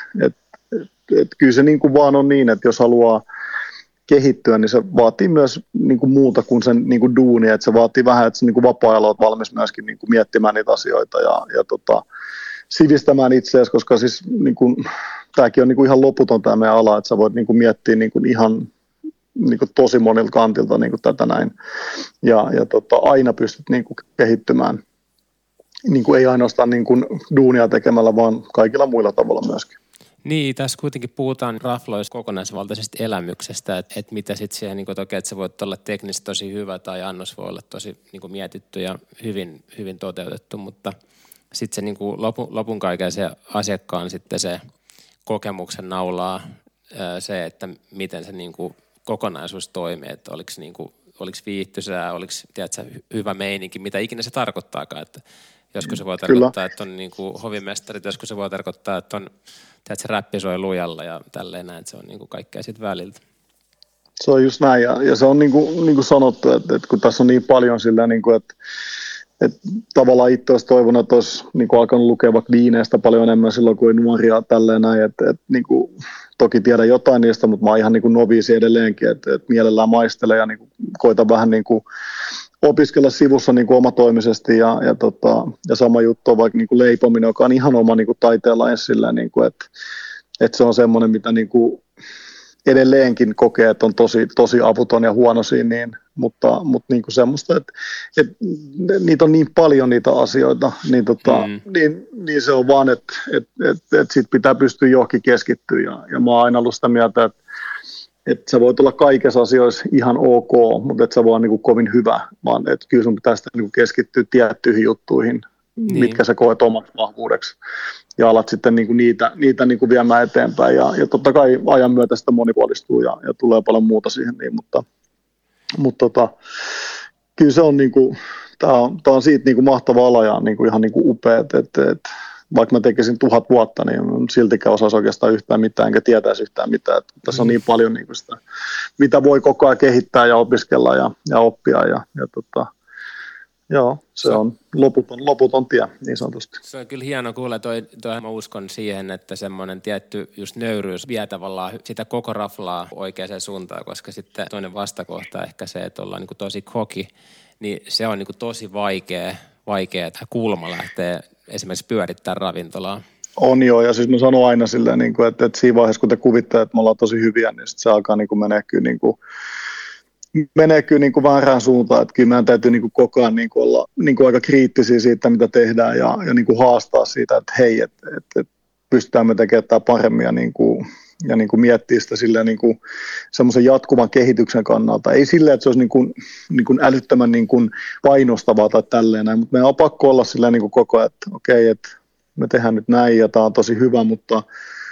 että kyllä se niin kuin vaan on niin, että jos haluaa kehittyä, niin se vaatii myös niin kuin muuta kuin sen niin kuin duunia, että se vaatii vähän, että se niin kuin vapaa-ajalla olet valmis myöskin niin kuin miettimään niitä asioita ja sivistämään itseäsi, koska siis niin kuin, tämäkin on niin kuin ihan loputon tämä meidän ala, että sä voit niin kuin miettiä niin kuin ihan niin kuin tosi monilta kantilta niin kuin tätä näin ja aina pystyt niin kuin kehittymään, niin kuin ei ainoastaan niin kuin duunia tekemällä, vaan kaikilla muilla tavalla myöskin. Niin, tässä kuitenkin puhutaan rafloista kokonaisvaltaisesta elämyksestä, että mitä sitten siihen, niin toki, että se voi olla teknisesti tosi hyvä tai annos voi olla tosi niin kuin mietitty ja hyvin toteutettu, mutta sitten se niin kuin lopun kaiken se asiakkaan sitten se kokemuksen naulaa se, että miten se niin kuin kokonaisuus toimii, että oliko viihtyisää, oliko tiedätkö, hyvä meininki, mitä ikinä se tarkoittaakaan. Että joskus se voi tarkoittaa, että on niin kuin hovimestarit, joskus se voi tarkoittaa, että on tiedätkö, räppi soi lujalla ja tälleen näin, että se on niin kuin kaikkea siitä väliltä. Se on just näin, ja se on niin kuin sanottu, että kun tässä on niin paljon sillä, niin kuin, että tavallaan itse olisi toivonut, että olisi niin kuin alkanut lukea vaikka diineistä paljon enemmän silloin kuin nuoria tälleen näin, että niin kuin, toki tiedän jotain niistä, mutta mä oon ihan niin kuin noviisi edelleenkin, että mielellään maistelen ja niin kuin, koitan vähän niin kuin opiskella sivussa niin kuin omatoimisesti ja sama juttu on vaikka niin kuin leipominen, joka on ihan oma niin kuin taiteenlaji sillä, niin kuin, että se on semmoinen, mitä niin kuin edelleenkin kokee, että on tosi avuton ja huono siinä, niin, mutta niin kuin semmoista, että niitä on niin paljon niitä asioita, niin se on vaan, että sit pitää pystyä johonkin keskittyä ja mä oon aina ollut sitä mieltä, että sä voit olla kaikissa asioissa ihan ok, mutta et sä voi niin kuin kovin hyvä, vaan että kyllä sun pitää sitä niin kuin keskittyä tiettyihin juttuihin, mitkä sä koet omaksi vahvuudeksi. Ja alat sitten niinku niitä niinku viemään eteenpäin. Ja totta kai ajan myötä sitä monipuolistuu ja tulee paljon muuta siihen. Niin, mutta kyllä se on, niinku, tää on siitä niinku mahtava ala ja niinku ihan niinku upea, että vaikka mä tekisin 1000 vuotta, niin siltikään osaisi oikeastaan yhtään mitään, enkä tietäisi yhtään mitään. Että tässä on niin paljon niinku sitä, mitä voi koko ajan kehittää ja opiskella ja oppia. Joo, se on loputon tie, niin sanotusti. Se on kyllä hieno kuulla. Toi mä uskon siihen, että semmoinen tietty just nöyryys vie tavallaan sitä koko raflaa oikeaan suuntaan, koska sitten toinen vastakohta ehkä se, että ollaan niin kuin tosi koki, niin se on niin kuin tosi vaikea kulma lähteä esimerkiksi pyörittämään ravintolaa. On joo, ja siis mä sanon aina silleen, että siinä vaiheessa, kun te kuvittaa, että me ollaan tosi hyviä, niin sitten se alkaa menee kyllä niin kuin väärään suuntaan, että kyllä meidän täytyy niin kuin koko ajan niin kuin olla niin kuin aika kriittisiä siitä, mitä tehdään ja niin kuin haastaa siitä, että hei, että pystytään me tekemään tämä paremmin ja niin kuin miettiä sitä silleen niin kuin semmoisen jatkuvan kehityksen kannalta. Ei silleen, että se olisi niin kuin älyttömän niin kuin painostavaa tai tälleen näin, mutta meidän on pakko olla silleen niin kuin koko ajan, että okei, että me tehdään nyt näin ja tämä on tosi hyvä, mutta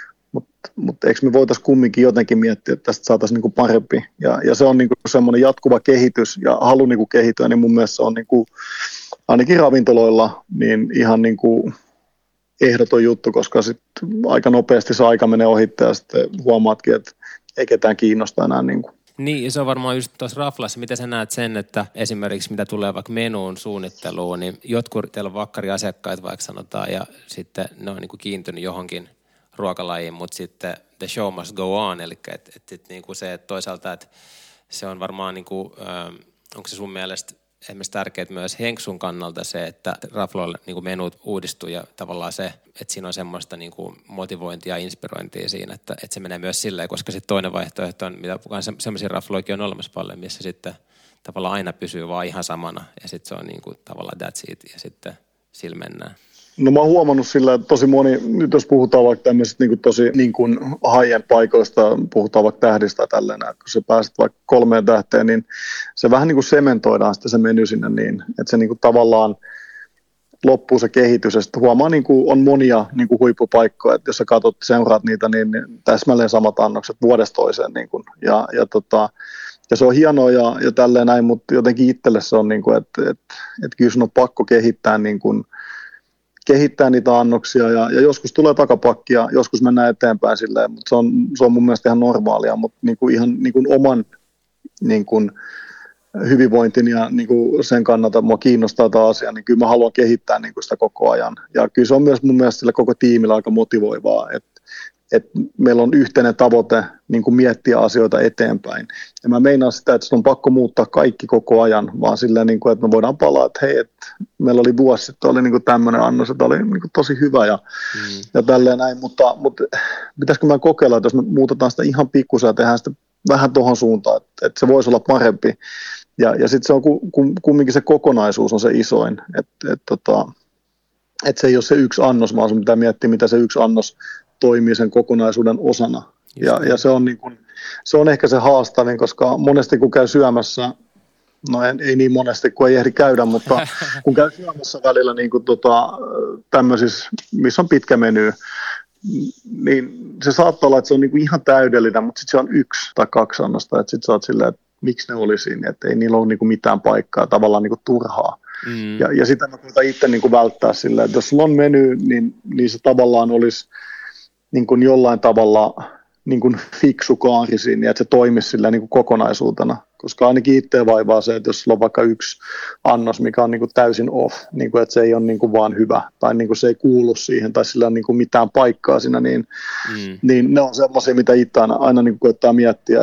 eikö me voitaisiin kumminkin jotenkin miettiä, että tästä saataisiin niin kuin parempi. Ja se on niin kuin semmoinen jatkuva kehitys ja halu niin kuin kehittyä, niin mun mielestä se on niin kuin, ainakin ravintoloilla niin ihan niin kuin ehdoton juttu, koska sitten aika nopeasti se aika menee ohitte ja sitten huomaatkin, että ei ketään kiinnosta enää. Niin, ja se on varmaan just tuossa raflassa, miten sä näet sen, että esimerkiksi mitä tulee vaikka menuun suunnitteluun, niin jotkut teillä on vakkariasiakkaita vaikka sanotaan, ja sitten ne on niin kuin kiintynyt johonkin ruokalajiin, mutta sitten the show must go on, eli että niinku se, että toisaalta, että se on varmaan, niinku, onko se sun mielestä esimerkiksi tärkeää myös Henksun kannalta se, että rafloilla niinku menut uudistuu ja tavallaan se, että siinä on semmoista niinku motivointia ja inspirointia siinä, että se menee myös silleen, koska sitten toinen vaihtoehto on, mitä semmoisia rafloikin on olemassa paljon, missä sitten tavallaan aina pysyy vaan ihan samana ja sitten se on niinku tavallaan that's it ja sitten sillä mennään. No mä oon huomannut sillä, että tosi moni, nyt jos puhutaan vaikka tämmöisistä niin tosi niin kuin high-end paikoista, puhutaan vaikka tähdistä tai tälleen, että kun sä pääset vaikka 3 tähteen, niin se vähän niin kuin sementoidaan sitten se meny sinne niin, että se niin kuin tavallaan loppuu se kehitys ja sitten huomaa, niin kuin on monia niin kuin huippupaikkoja, että jos sä katsot, seuraat niitä, niin täsmälleen samat annokset vuodesta toiseen niin kuin, ja se on hienoa ja tälleen näin, mutta jotenkin itselle se on niin kuin, että kyllä sun on pakko kehittää niin kuin kehittää niitä annoksia ja joskus tulee takapakkia, joskus mennään eteenpäin silleen, mutta se on mun mielestä ihan normaalia, mutta niinku ihan niinku oman niinku hyvinvointin ja niinku sen kannalta mua kiinnostaa tämä asia, niin kyllä mä haluan kehittää niinku sitä koko ajan. Ja kyllä se on myös mun mielestä sillä koko tiimillä aika motivoivaa, että meillä on yhteinen tavoite niin kuin miettiä asioita eteenpäin. Ja mä meinaan sitä, että on pakko muuttaa kaikki koko ajan, vaan silleen, niin kuin, että me voidaan palaa, että hei, että meillä oli vuosi sitten, oli niin kuin tämmöinen annos, että oli niin kuin tosi hyvä ja tälleen näin, mutta pitäisikö mä kokeilla, että jos me muutetaan sitä ihan pikkusen ja tehdään sitä vähän tuohon suuntaan, että se voisi olla parempi. Ja sitten se on kumminkin se kokonaisuus on se isoin, että se ei ole se yksi annos, vaan sun pitää miettiä, mitä se yksi annos toimii sen kokonaisuuden osana. Ja se on, niin kun, se on ehkä se haastavin, koska monesti kun käy syömässä, no ei niin monesti kun ei ehdi käydä, mutta kun käy syömässä välillä niin kun tämmöisissä, missä on pitkä meny, niin se saattaa olla, että se on niin kuin ihan täydellinen, mutta sitten se on 1 tai 2 annosta, että sitten sä oot silleen, että miksi ne oli siinä, että ei niillä ole niin kuin mitään paikkaa, tavallaan niin kuin turhaa. Ja sitä mä koitan itse niin kuin välttää sillä, että jos sulla on meny, niin se tavallaan olisi niin kuin jollain tavalla niin kuin fiksu kaari siinä, että se toimisi sillä niin kuin kokonaisuutena. Koska ainakin itse vaivaa se, että jos sulla on vaikka yksi annos, mikä on niin kuin täysin off, niin kuin, että se ei ole niin kuin vaan hyvä, tai niin kuin se ei kuulu siihen, tai sillä on niin kuin mitään paikkaa siinä, niin ne on semmoisia, mitä itse aina niin kuin koettaa miettiä,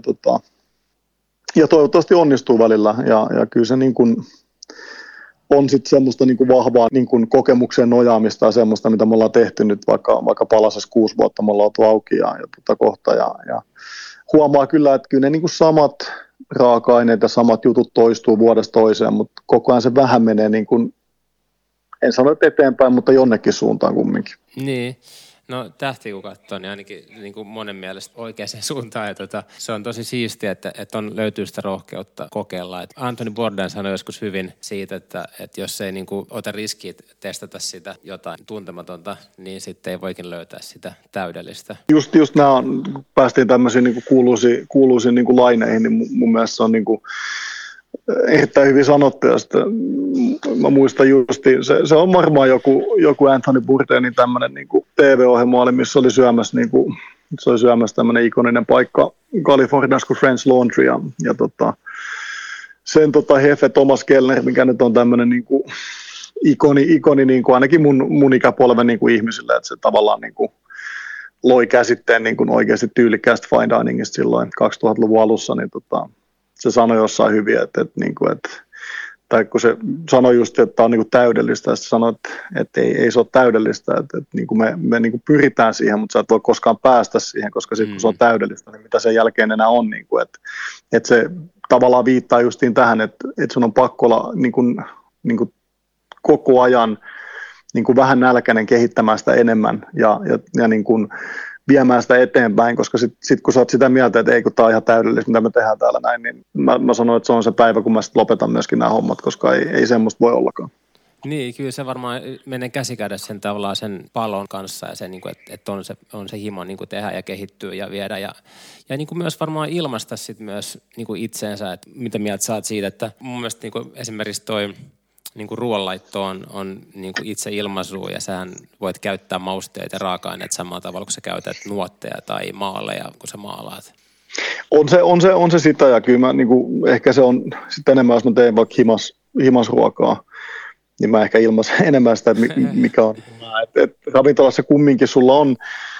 ja toivottavasti onnistuu välillä, ja kyllä se niin kuin on sitten semmoista niin kuin vahvaa niin kuin kokemukseen nojaamista ja semmoista, mitä me ollaan tehty nyt vaikka Palasessa 6 vuotta, me ollaan oltu auki ja kohta, ja huomaa kyllä, että kyllä ne niin kuin samat raaka-aineet ja samat jutut toistuu vuodesta toiseen, mutta koko ajan se vähän menee, niin kuin, en sano eteenpäin, mutta jonnekin suuntaan kumminkin. Niin. No tähti kun katsoo, niin ainakin niin kuin monen mielestä oikeaan suuntaan. Ja se on tosi siistiä, että löytyy sitä rohkeutta kokeilla. Et Anthony Bourdain sanoi joskus hyvin siitä, että jos ei niin kuin ota riskiä testata sitä jotain tuntematonta, niin sitten ei voikin löytää sitä täydellistä. Just nämä päästiin tämmöisiin niin kuin kuuluisiin niin kuin laineihin, niin mun mielestä se on niin kuin erittäin hyvin sanottu, ja sitten mä muistan justiin, se on varmaan joku Anthony Bourdainin tämmöinen niin kuin TV-ohjelma oli, missä oli syömässä, niin kuin, se oli syömässä tämmöinen ikoninen paikka Kaliforniassa kuin French Laundry, ja sen hefe Thomas Kellner, mikä nyt on tämmöinen niin kuin ikoni niin kuin ainakin mun ikäpolven niin kuin ihmisille, että se tavallaan niin kuin loi käsitteen niin kuin oikeasti tyylikkäästä fine diningista silloin 2000-luvun alussa, niin se sanoi jossain hyvin, tai kun se sanoi just, että tämä on niin kuin täydellistä, ja se sanoi, että ei se ole täydellistä, että niin kuin me niin kuin pyritään siihen, mutta sä et voi koskaan päästä siihen, koska sitten kun se on täydellistä, niin mitä sen jälkeen enää on, niin kuin, että se tavallaan viittaa justiin tähän, että sun on pakko olla niin kuin koko ajan niin kuin vähän nälkäinen kehittämään sitä enemmän, ja niin kuin viemään sitä eteenpäin, koska sit kun sä oot sitä mieltä, että ei kun tää on ihan täydellistä, mitä me tehdään täällä näin, niin mä sanon, että se on se päivä, kun mä sit lopetan myöskin nämä hommat, koska ei semmoista voi ollakaan. Niin, kyllä se varmaan menee käsikädessä sen tavallaan sen palon kanssa ja sen, että on se himo niin kuin tehdä ja kehittyä ja viedä ja niin kuin myös varmaan ilmaista sit myös niin kuin itseensä, että mitä mieltä sä oot siitä, että mun mielestä niin kuin esimerkiksi toi niin kuin ruoanlaitto on niin kuin itse ilmaisu ja sähän voit käyttää mausteita ja raaka-aineet samalla tavalla, kun sä käytät nuotteja tai maaleja, kun sä maalaat. On se sitä, ja kyllä mä, niin kuin, ehkä se on sitten enemmän, jos mä teen vaikka himasruokaa, niin mä ehkä ilmaisen enemmän sitä, että mikä on. Ravintolassa kumminkin sulla on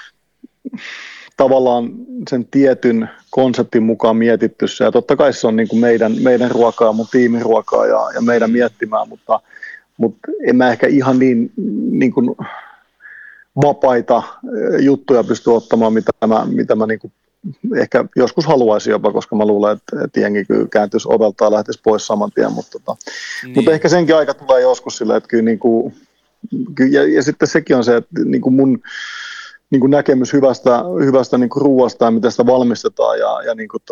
tavallaan sen tietyn konseptin mukaan mietitty se, ja totta kai se on niin kuin meidän ruokaa, mun tiimin ruokaa ja meidän miettimään, mutta en mä ehkä ihan niin kuin vapaita juttuja pysty ottamaan, mitä mä niin kuin ehkä joskus haluaisin jopa, koska mä luulen, että jengi kyllä kääntyisi ovelta ja lähtisi pois saman tien, mutta ehkä senkin aika tulee joskus sillä, että kyllä niin kuin, ja sitten sekin on se, että niin kuin mun niin kuin näkemys hyvästä niin kuin ruuasta ja miten sitä valmistetaan ja niin kuin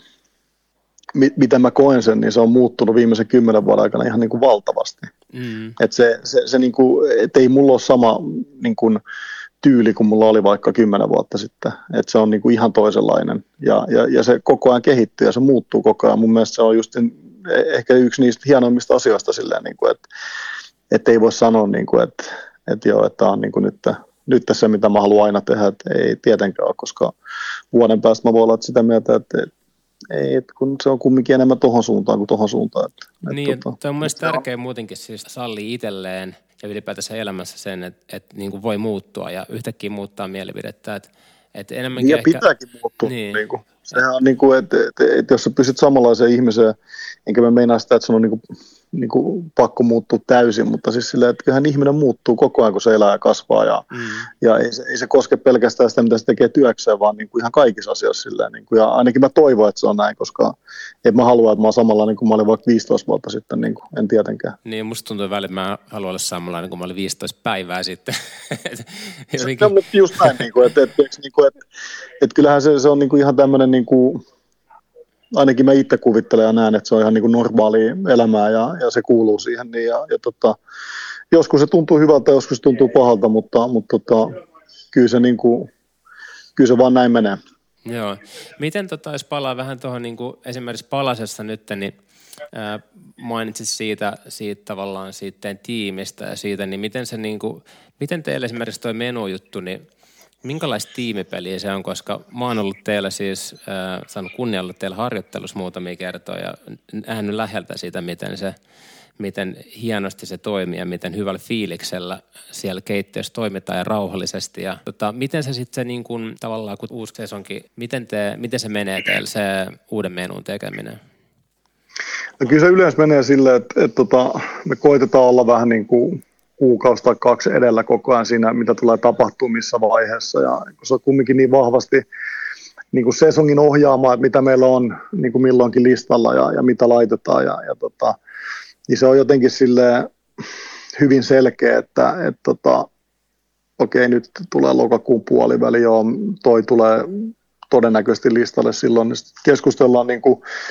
miten mä koen sen, niin se on muuttunut viimeisen 10 vuoden aikana ihan niin kuin valtavasti. Että se niin kuin, et ei mulla ole sama niin kuin tyyli kuin mulla oli vaikka 10 vuotta sitten. Että se on niin kuin ihan toisenlainen ja se koko ajan kehittyy ja se muuttuu koko ajan. Mun mielestä se on just ehkä yksi niistä hienoimmista asioista silleen, niin kuin, että ei voi sanoa, niin kuin, että joo, että tämä on niin kuin nyt se, mitä mä haluan aina tehdä, että ei tietenkään ole, koska vuoden päästä mä voin olla sitä mieltä, että kun se on kumminkin enemmän tohon suuntaan kuin tohon suuntaan. Niin, tämä on mielestäni tärkeä muutenkin siis sallii itselleen ja ylipäätänsä elämässä sen, että niin kuin voi muuttua ja yhtäkkiä muuttaa mielipidettä. Että enemmänkin ja pitääkin muuttua. Niin kuin. Sehän on niin kuin, että jos sä pysyt samanlaiseen ihmiseen, enkä mä meinaa sitä, että sun on niin kuin pakko muuttua täysin, mutta siis silleen, että kyllähän ihminen muuttuu koko ajan, kun se elää ja kasvaa ja ei se koske pelkästään sitä, mitä se tekee työkseen, vaan niin kuin ihan kaikissa asioissa silleen. Niin kuin, ja ainakin mä toivon, että se on näin, koska en mä halua, että mä oon samanlainen kuin mä olin vaikka 15 vuotta sitten, niin kuin, en tietenkään. Niin, musta tuntuu välillä, että mä haluan olla samanlainen kuin mä olin 15 päivää sitten. Se on just näin, että kyllähän se on niin kuin ihan tämmöinen niin kuin, ainakin mä itse kuvittelen ja näen, että se on ihan niin kuin normaalia elämää ja se kuuluu siihen. Niin joskus se tuntuu hyvältä, joskus se tuntuu pahalta, mutta kyllä se vaan näin menee. Joo. Miten jos palaa vähän tuohon niin kuin esimerkiksi Palasessa nyt, niin mainitsit siitä tavallaan siitä tiimistä ja siitä, niin miten teille esimerkiksi toi menujuttu, niin minkälaista tiimipeliä se on, koska mä oon ollut teillä siis, saanut kunnia olla teillä harjoittelussa muutamia kertoja ja nähnyt läheltä siitä, miten hienosti se toimii ja miten hyvällä fiiliksellä siellä keittiössä toimitaan ja rauhallisesti. Ja miten se sitten se niin kuin, tavallaan, kun uusi sesonki, miten se menee teillä se uuden menun tekeminen? No kyllä se yleensä menee silleen, että me koitetaan olla vähän niin kuin kuukausi tai 2 edellä koko ajan siinä, mitä tulee tapahtua missä vaiheessa. Ja kun se on kumminkin niin vahvasti niin kuin sesongin ohjaamaa, että mitä meillä on niin kuin milloinkin listalla ja mitä laitetaan. Niin se on jotenkin silleen hyvin selkeä, että okei, nyt tulee lokakuun puoliväli, joo, toi tulee todennäköisesti listalle silloin. Niin keskustellaan niin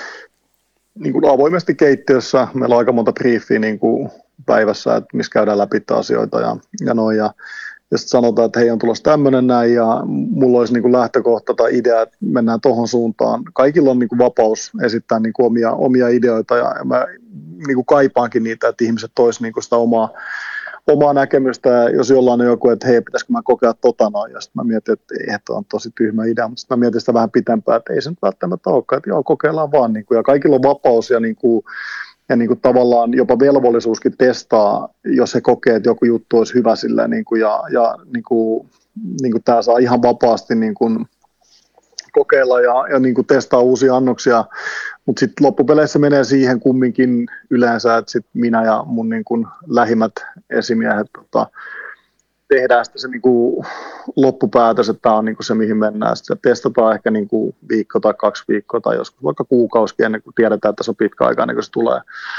kuin avoimesti keittiössä. Meillä on aika monta briefiä niin kuin päivässä, että missä käydään läpi asioita ja noin. Ja sitten sanotaan, että hei, on tulossa tämmöinen näin ja mulla olisi niin kuin lähtökohta tai idea, että mennään tohon suuntaan. Kaikilla on niin kuin vapaus esittää niin kuin omia ideoita ja mä niin kuin kaipaankin niitä, että ihmiset tois niin kuin sitä omaa näkemystä ja jos jollain on joku, että hei, pitäisikö mä kokea noin ja sitten mä mietin, että ei, että on tosi tyhmä idea, mutta sitten mä mietin sitä vähän pitempään, että ei se nyt välttämättä olekaan, että joo, kokeillaan vaan niin kuin, ja kaikilla on vapaus ja niin kuin tavallaan jopa velvollisuuskin testaa, jos he kokee, että joku juttu olisi hyvä silleen, niin kuin, ja niin kuin tämä saa ihan vapaasti niin kuin kokeilla ja niin kuin testaa uusia annoksia, mutta sitten loppupeleissä menee siihen kumminkin yleensä, että sit minä ja mun niin kuin lähimmät esimiehet tehdään sitten se niin kuin loppupäätös, että tämä on niin kuin se, mihin mennään. Sitten testataan ehkä niin kuin viikko tai 2 viikkoa tai joskus vaikka kuukausikin ennen kuin tiedetään, että se on pitkä aika ennen kuin se tulee.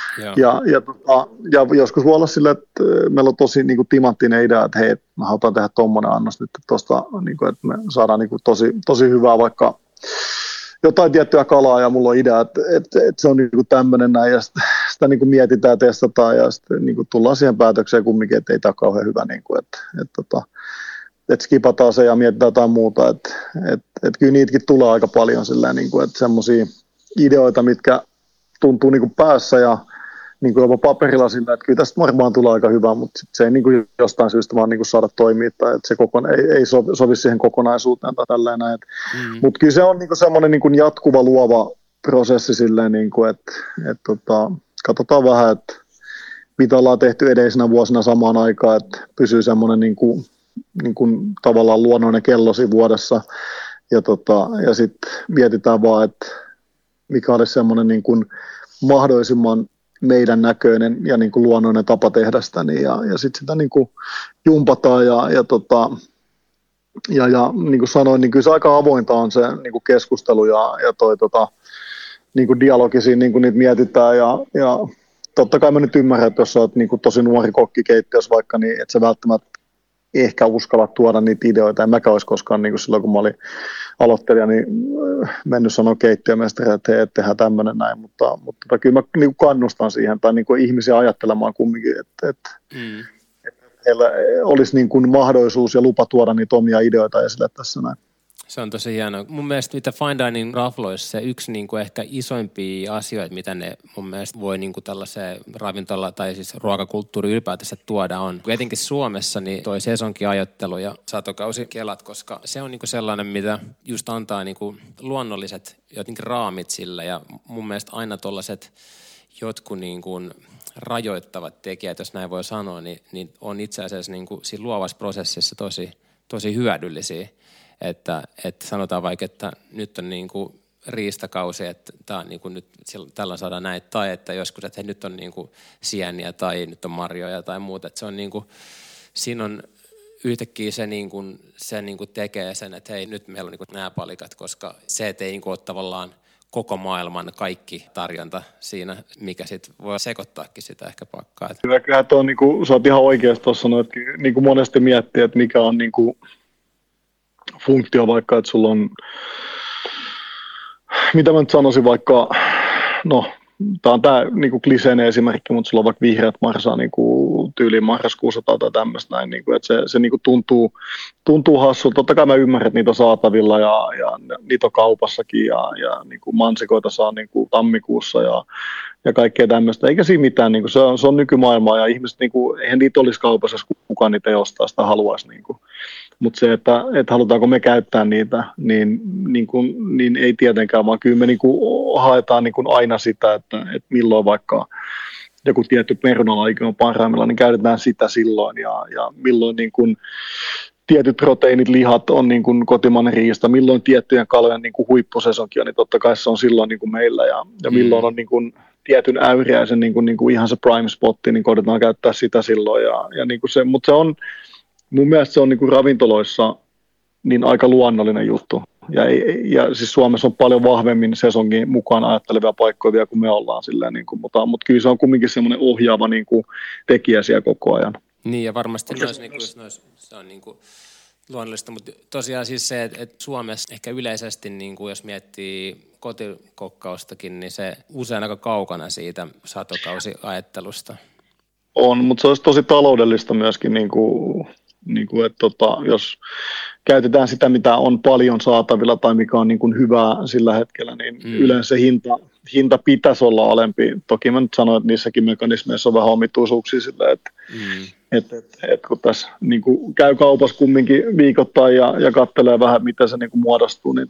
Ja joskus voi olla sillä, että meillä on tosi niin kuin timanttinen idea, että hei, me halutaan tehdä tommoinen annos nyt tuosta, niin kuin, että me saadaan niin kuin tosi hyvää vaikka jotain tiettyä kalaa ja mulla on idea, että se on niin kuin tämmöinen näin ja sitä niin kuin mietitään ja testataan ja sitten niin kuin tullaan siihen päätökseen kumminkin, että ei tämä ole kauhean hyvä, niin kuin, että skipataan se ja mietitään jotain muuta, että kyllä niitäkin tulee aika paljon silleen, niin kuin, että semmoisia ideoita, mitkä tuntuu niin kuin päässä ja niin kuin jopa paperilla sillä, että kyllä tästä varmaan tulee aika hyvä, mutta sit se ei niin kuin jostain syystä vaan niin kuin saada toimia tai että se ei sovi siihen kokonaisuuteen tai tälleen näin. Mutta kyllä se on niin kuin semmoinen niin kuin jatkuva luova prosessi silleen, niin kuin, että katsotaan vähän, että mitä ollaan tehty edellisenä vuosina samaan aikaan, että pysyy semmoinen niin kuin tavallaan luonnollinen kello siinä vuodessa ja sitten mietitään vaan, että mikä olisi semmoinen niin kuin mahdollisimman meidän näköinen ja niin kuin luonnollinen tapa tehdä sitä, niin, ja sitten sitä niin kuin jumpataan ja niin kuin sanoin, niin kyllä se aika avointa on se niin kuin keskustelu ja toi niin kuin dialogi siinä, niin kuin niitä mietitään ja totta kai mä nyt ymmärrän, että jos olet niin kuin tosi nuori kokki keittiössä vaikka, niin et sä välttämättä ehkä uskalla tuoda niitä ideoita. En mäkään olisi koskaan niin kuin silloin, kun mä olin aloittelija, niin mennyt sanoa keittiömestari, että hei, tehdään tämmöinen näin, mutta kyllä mä niin kuin kannustan siihen, tai niin kuin ihmisiä ajattelemaan kumminkin, että heillä olisi niin kuin mahdollisuus ja lupa tuoda niitä omia ideoita esille tässä näin. Se on tosi hienoa. Mun mielestä mitä fine dining rafloissa se yksi niin kuin ehkä isoimpia asioita, mitä ne mun mielestä voi niin kuin tällaiseen ravintola- tai siis ruokakulttuuri ylipäätänsä tuoda on. Etenkin Suomessa niin toi sesonkiajoittelu ja satokausi-kelat, koska se on niin kuin sellainen, mitä just antaa niin kuin luonnolliset jotenkin raamit sille ja mun mielestä aina tollaiset jotkut niin kuin rajoittavat tekijät, jos näin voi sanoa, niin on itse asiassa niin kuin siinä luovassa prosessissa tosi hyödyllisiä. Että sanotaan vaikka, että nyt on niin kuin riistakausi, että tämä on niin kuin nyt, tällä saadaan näitä, tai että joskus, että nyt on niin kuin sieniä tai nyt on marjoja tai muuta. Että se on niin kuin, siinä on yhtäkkiä se niin kuin tekee sen, että hei, nyt meillä on niin kuin nämä palikat, koska se, että ei niin kuin ole tavallaan koko maailman kaikki tarjonta siinä, mikä sitten voi sekoittaakin sitä ehkä pakkaa. Kyllä tuo, niin kuin, sä oot ihan oikeasti tuossa sanoa, että niin kuin monesti miettii, että mikä on niin kuin funktio vaikka, että sulla on, mitä mä nyt sanoisin vaikka, no tämä on tämä niin kliseinen esimerkki, mutta sulla on vaikka vihreät marsaa niin tyyliin marraskuussa tai tämmöistä näin, niin kuin, että se niin kuin tuntuu hassulta. Totta kai mä ymmärrän, että niitä on saatavilla ja niitä on kaupassakin ja niin kuin mansikoita saa niin kuin tammikuussa ja kaikkea tämmöistä. Eikä siinä mitään, niin kuin se on nykymaailmaa ja ihmiset, niin kuin, eihän niitä olisi kaupassa, jos kukaan niitä ei ostaa, sitä haluaisi. Niin mutta se, että halutaanko me käyttää niitä, niin ei tietenkään, vaan kyllä me niin kuin haetaan niin kuin aina sitä, että milloin vaikka joku tietty perunalaji on parhaimmillaan, niin käytetään sitä silloin ja milloin niin kuin tietyt proteiinit, lihat on niin kuin kotimainen riista, milloin tiettyjen kalojen niin kuin huippusesonkia, niin totta kai se on silloin niin kuin meillä ja milloin on niin kuin tietyn äyriäisen niin kuin ihan se prime spotti, niin koitetaan käyttää sitä silloin ja niin kuin se, mutta se on mun mielestä se on niin kuin ravintoloissa niin aika luonnollinen juttu. Ja siis Suomessa on paljon vahvemmin sesongin mukaan ajattelevia paikkoja vielä kuin me ollaan. Silleen, niin kuin, mutta kyllä se on kumminkin semmoinen ohjaava niin kuin tekijä siellä koko ajan. Niin ja varmasti se on niin kuin luonnollista, mutta tosiaan siis se, että Suomessa ehkä yleisesti, niin kuin jos miettii kotikokkaustakin, niin se usein aika kaukana siitä satokausiajattelusta. On, mutta se olisi tosi taloudellista myöskin, että jos käytetään sitä, mitä on paljon saatavilla tai mikä on niin kuin hyvää sillä hetkellä, niin yleensä hinta pitäisi olla alempi. Toki mä nyt sanoin, että niissäkin mekanismeissa on vähän omituisuuksia sillä, että kun tässä niin kuin käy kaupassa kumminkin viikoittain ja katselee vähän, miten se niin kuin muodostuu, niin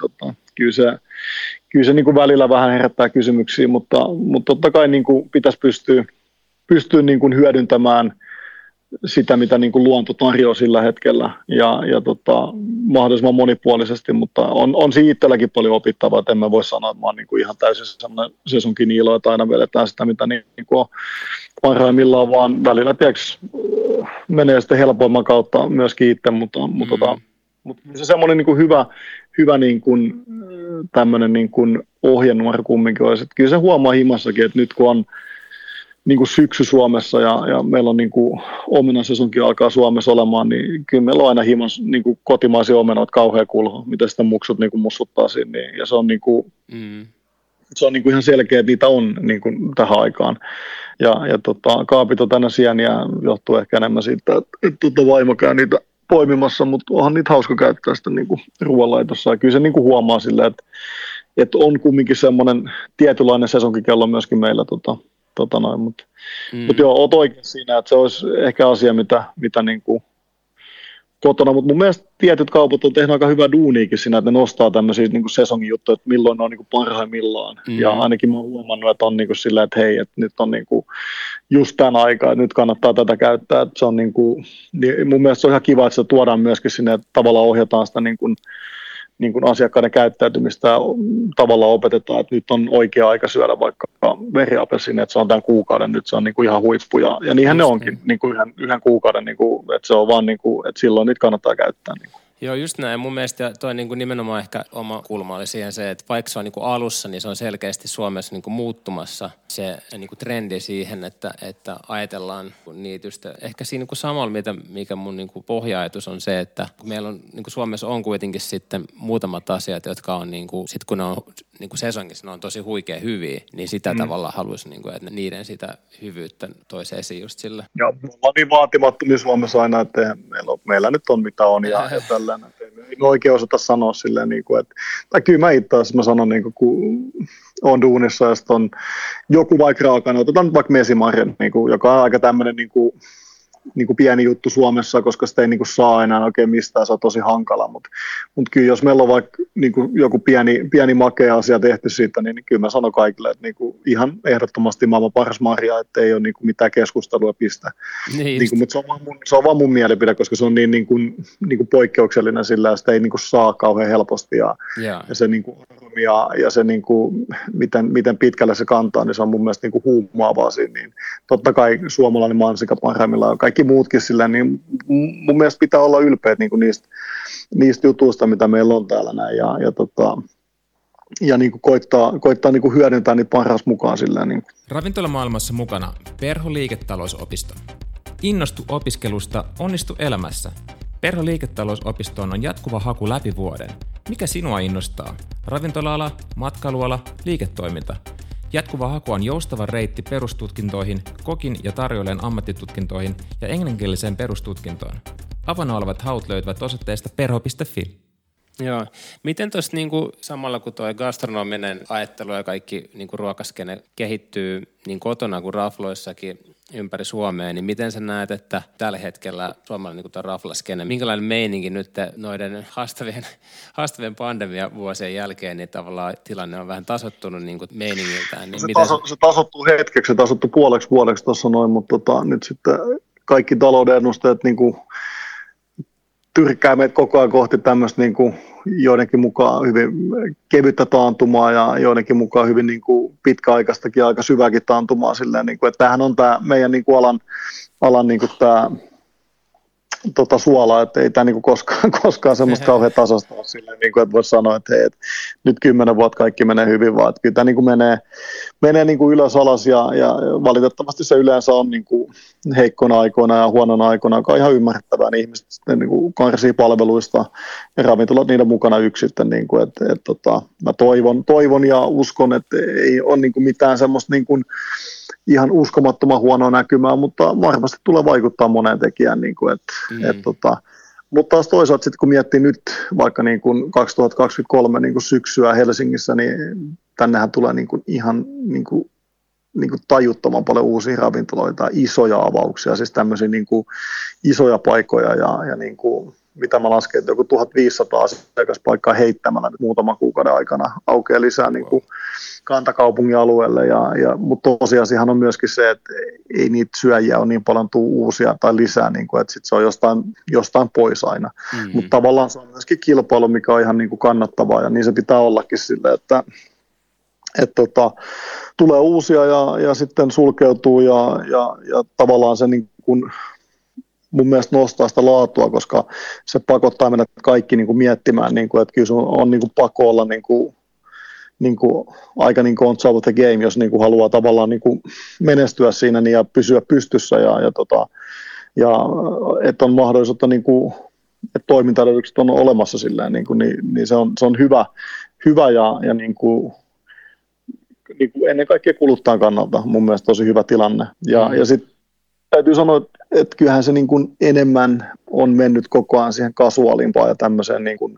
kyllä se niin kuin välillä vähän herättää kysymyksiä, mutta totta kai niin kuin pitäisi pystyä niin kuin hyödyntämään sitä, mitä niin kuin luonto tarjoaa sillä hetkellä ja mahdollisimman monipuolisesti, mutta on siitä itselläkin paljon opittavaa, että en mä voi sanoa, että mä oon niin kuin ihan täysin sellainen sesonkin ilo, että aina vedetään sitä, mitä niin kuin on parhaimmillaan, vaan välillä tiiäks, menee sitten helpoimman kautta myöskin itse, mutta se semmoinen niin kuin hyvä niin kuin, tämmöinen niin kuin ohjenuori kumminkin olisi, että kyllä se huomaa himassakin, että nyt kun on niin kuin syksy Suomessa ja meillä on niin kuin omenasesonkin alkaa Suomessa olemaan, niin kyllä meillä on aina himas niin kuin kotimaisia omenoita kauhean kulho, mitä sitä muksut niin kuin mussuttaa siinä. Niin, ja se on, niin kuin, se on niin kuin ihan selkeä, että niitä on niin kuin tähän aikaan. Ja kaapit on tänä sieniä, johtuu ehkä enemmän siitä, että vaimo käy niitä poimimassa, mutta onhan niitä hauska käyttää sitä niin kuin ruoanlaitossa. Ja kyllä se niin kuin huomaa silleen, että on kumminkin semmoinen tietynlainen sesonkikello myöskin meillä mutta joo, oot oikein siinä, että se olisi ehkä asia, mitä niin kuin kotona, mutta mun mielestä tietyt kaupat on tehnyt aika hyvää duuniikin siinä, että ne nostaa tämmöisiä niin kuin sesongin juttuja, että milloin ne on niin kuin parhaimmillaan. Ja ainakin mä oon huomannut, että on niin kuin sillä, että hei, että nyt on niin kuin just tämän aikaa, että nyt kannattaa tätä käyttää. Että se on niin kuin, mun mielestä se on ihan kiva, että se tuodaan myöskin sinne, että tavallaan ohjataan sitä niin kuin asiakkaiden käyttäytymistä ja tavallaan opetetaan, että nyt on oikea aika syödä vaikka veriapelsiini, että se on tämän kuukauden, nyt se on niin kuin ihan huippu. Ja niinhän ne onkin niin kuin yhden kuukauden, niin kuin, että se on vaan, niin kuin, että silloin niitä kannattaa käyttää. Niin kuin. Joo, just näin. Mun mielestä toi niin kuin nimenomaan ehkä oma kulma oli siihen se, että vaikka se on niin kuin alussa, niin se on selkeästi Suomessa niin kuin muuttumassa se niin kuin trendi siihen, että ajatellaan niitystä. Ehkä siinä niin kuin samalla, mikä mun niin kuin pohja-ajatus on se, että meillä on niin kuin Suomessa on kuitenkin sitten muutamat asiat, jotka on niin kuin, sit kun ne on niin kuin sesongissa, ne on tosi huikea hyviä, niin sitä tavalla haluaisi, niin kuin, että niiden sitä hyvyyttä toisi esiin just sillä. Joo, me ollaan niin vaatimattomia Suomessa aina, että meillä nyt on mitä on ja tällainen. Ei me oikein osata sanoa silleen, niin kuin, että, tai kyllä mä itse asiassa sanon, niin kuin, kun on duunissa ja sitten on joku vaikka raakana, otetaan nyt vaikka mesimarjan, niin kuin, joka on aika tämmöinen niin kuin pieni juttu Suomessa, koska sitä ei niin kuin saa enää oikein mistään, se on tosi hankala, mutta kyllä jos meillä on vaikka niin kuin joku pieni makea asia tehty siitä, niin kyllä mä sanon kaikille, että niin kuin ihan ehdottomasti maailman paras marja, että ei ole niin kuin mitään keskustelua pistä. Niin kuin, mutta se on vaan mun mielipide, koska se on niin kuin poikkeuksellinen sillä, ja sitä ei niin kuin saa kauhean helposti ja se niin kuin ja se, niin kuin, miten pitkälle se kantaa, niin se on mun mielestä niin kuin huumaavaa siinä. Niin totta kai suomalainen mansika parhaimmillaan ja kaikki muutkin sillä, niin mun mielestä pitää olla ylpeät niin kuin niistä jutuista, mitä meillä on täällä näin. Ja niin kuin koittaa niin kuin hyödyntää niitä parhaassa mukaan sillä. Niin. Ravintolamaailmassa mukana Perho liiketalousopisto. Innostu opiskelusta, onnistu elämässä. Perho liiketalousopistoon on jatkuva haku läpi vuoden. Mikä sinua innostaa? Ravintola-ala, matkailuala, liiketoiminta? Jatkuva haku on joustava reitti perustutkintoihin, kokin ja tarjoilijan ammattitutkintoihin ja englanninkieliseen perustutkintoon. Avoinna olevat haut löytyvät osoitteesta perho.fi. Joo. Miten tuossa niinku, samalla kun tuo gastronominen ajattelu ja kaikki niinku ruokaskene kehittyy niin kotona kuin rafloissakin ympäri Suomea, niin miten sä näet, että tällä hetkellä suomalainen niinku raflaskene, minkälainen meininki nyt noiden haastavien pandemiavuosien jälkeen, niin tavallaan tilanne on vähän tasottunut niinku meiningiltään. Niin se tasottuu hetkeksi, se tasottuu puoleksi vuodeksi tuossa noin, mutta nyt sitten kaikki talouden ennusteet niinku tyrkkää meitä koko ajan kohti tämmöistä niin kuin joidenkin mukaan hyvin kevyttä taantumaa ja joidenkin mukaan hyvin niin kuin pitkäaikaistakin ja aika syväkin taantumaa silleen, niin kuin, että tämähän on tämä meidän niin kuin alan niin kuin tämä suola, että ei tämä niin kuin koskaan semmoista kauhean tasasta ole silleen, niin kuin, että voisi sanoa, että hei, että nyt 10 vuotta kaikki menee hyvin, vaan että kyllä tämä niin kuin menee niin kuin ylös alas ja valitettavasti se yleensä on niin kuin heikkona aikoina ja huonona aikoina, joka on ihan ymmärrettävää, niin ihmiset sitten niin kuin karsii palveluista ja ravintolat niiden mukana yksi sitten, niin kuin, että mä toivon ja uskon, että ei ole niin kuin mitään semmoista niin kuin ihan uskomattoman huonoa näkymää, mutta varmasti tulee vaikuttaa moneen tekijään. Niin kuin, mutta taas toisaalta sitten kun miettii nyt vaikka niin kuin 2023 niin kuin syksyä Helsingissä, niin tännehän tulee niin kuin ihan niin kuin tajuttoman paljon uusia ravintoloita, isoja avauksia, siis tämmöisiä niin kuin isoja paikkoja ja niin kuin, mitä mä lasken, että joku 1500 asiakaspaikkaa heittämällä nyt muutaman kuukauden aikana aukeaa lisää niin kuin kantakaupungin alueelle, mutta tosiasiahan on myöskin se, että ei niitä syöjiä ole niin paljon uusia tai lisää, niin kuin, että sit se on jostain pois aina, mutta tavallaan se on myöskin kilpailu, mikä on ihan niin kuin kannattavaa ja niin se pitää ollakin sille, että tulee uusia ja sitten sulkeutuu ja tavallaan se niin kuin mun mielestä nostaa sitä laatua, koska se pakottaa meidät kaikki niin kuin miettimään, niin kuin, että kyllä sun on niin kuin pakko olla niin kuin aika niin kuin on top of the game, jos niin kuin haluaa tavallaan niin kuin menestyä siinä niin ja pysyä pystyssä ja että on mahdollisuutta, niin kuin, että toimintaedellytykset on olemassa silleen, niin se on hyvä ja niin kuin ennen kaikkea kuluttajan kannalta mun mielestä tosi hyvä tilanne. Ja sitten täytyy sanoa, että kyllähän se niin kuin enemmän on mennyt koko ajan siihen kasuaalimpaan ja tämmöiseen niin kuin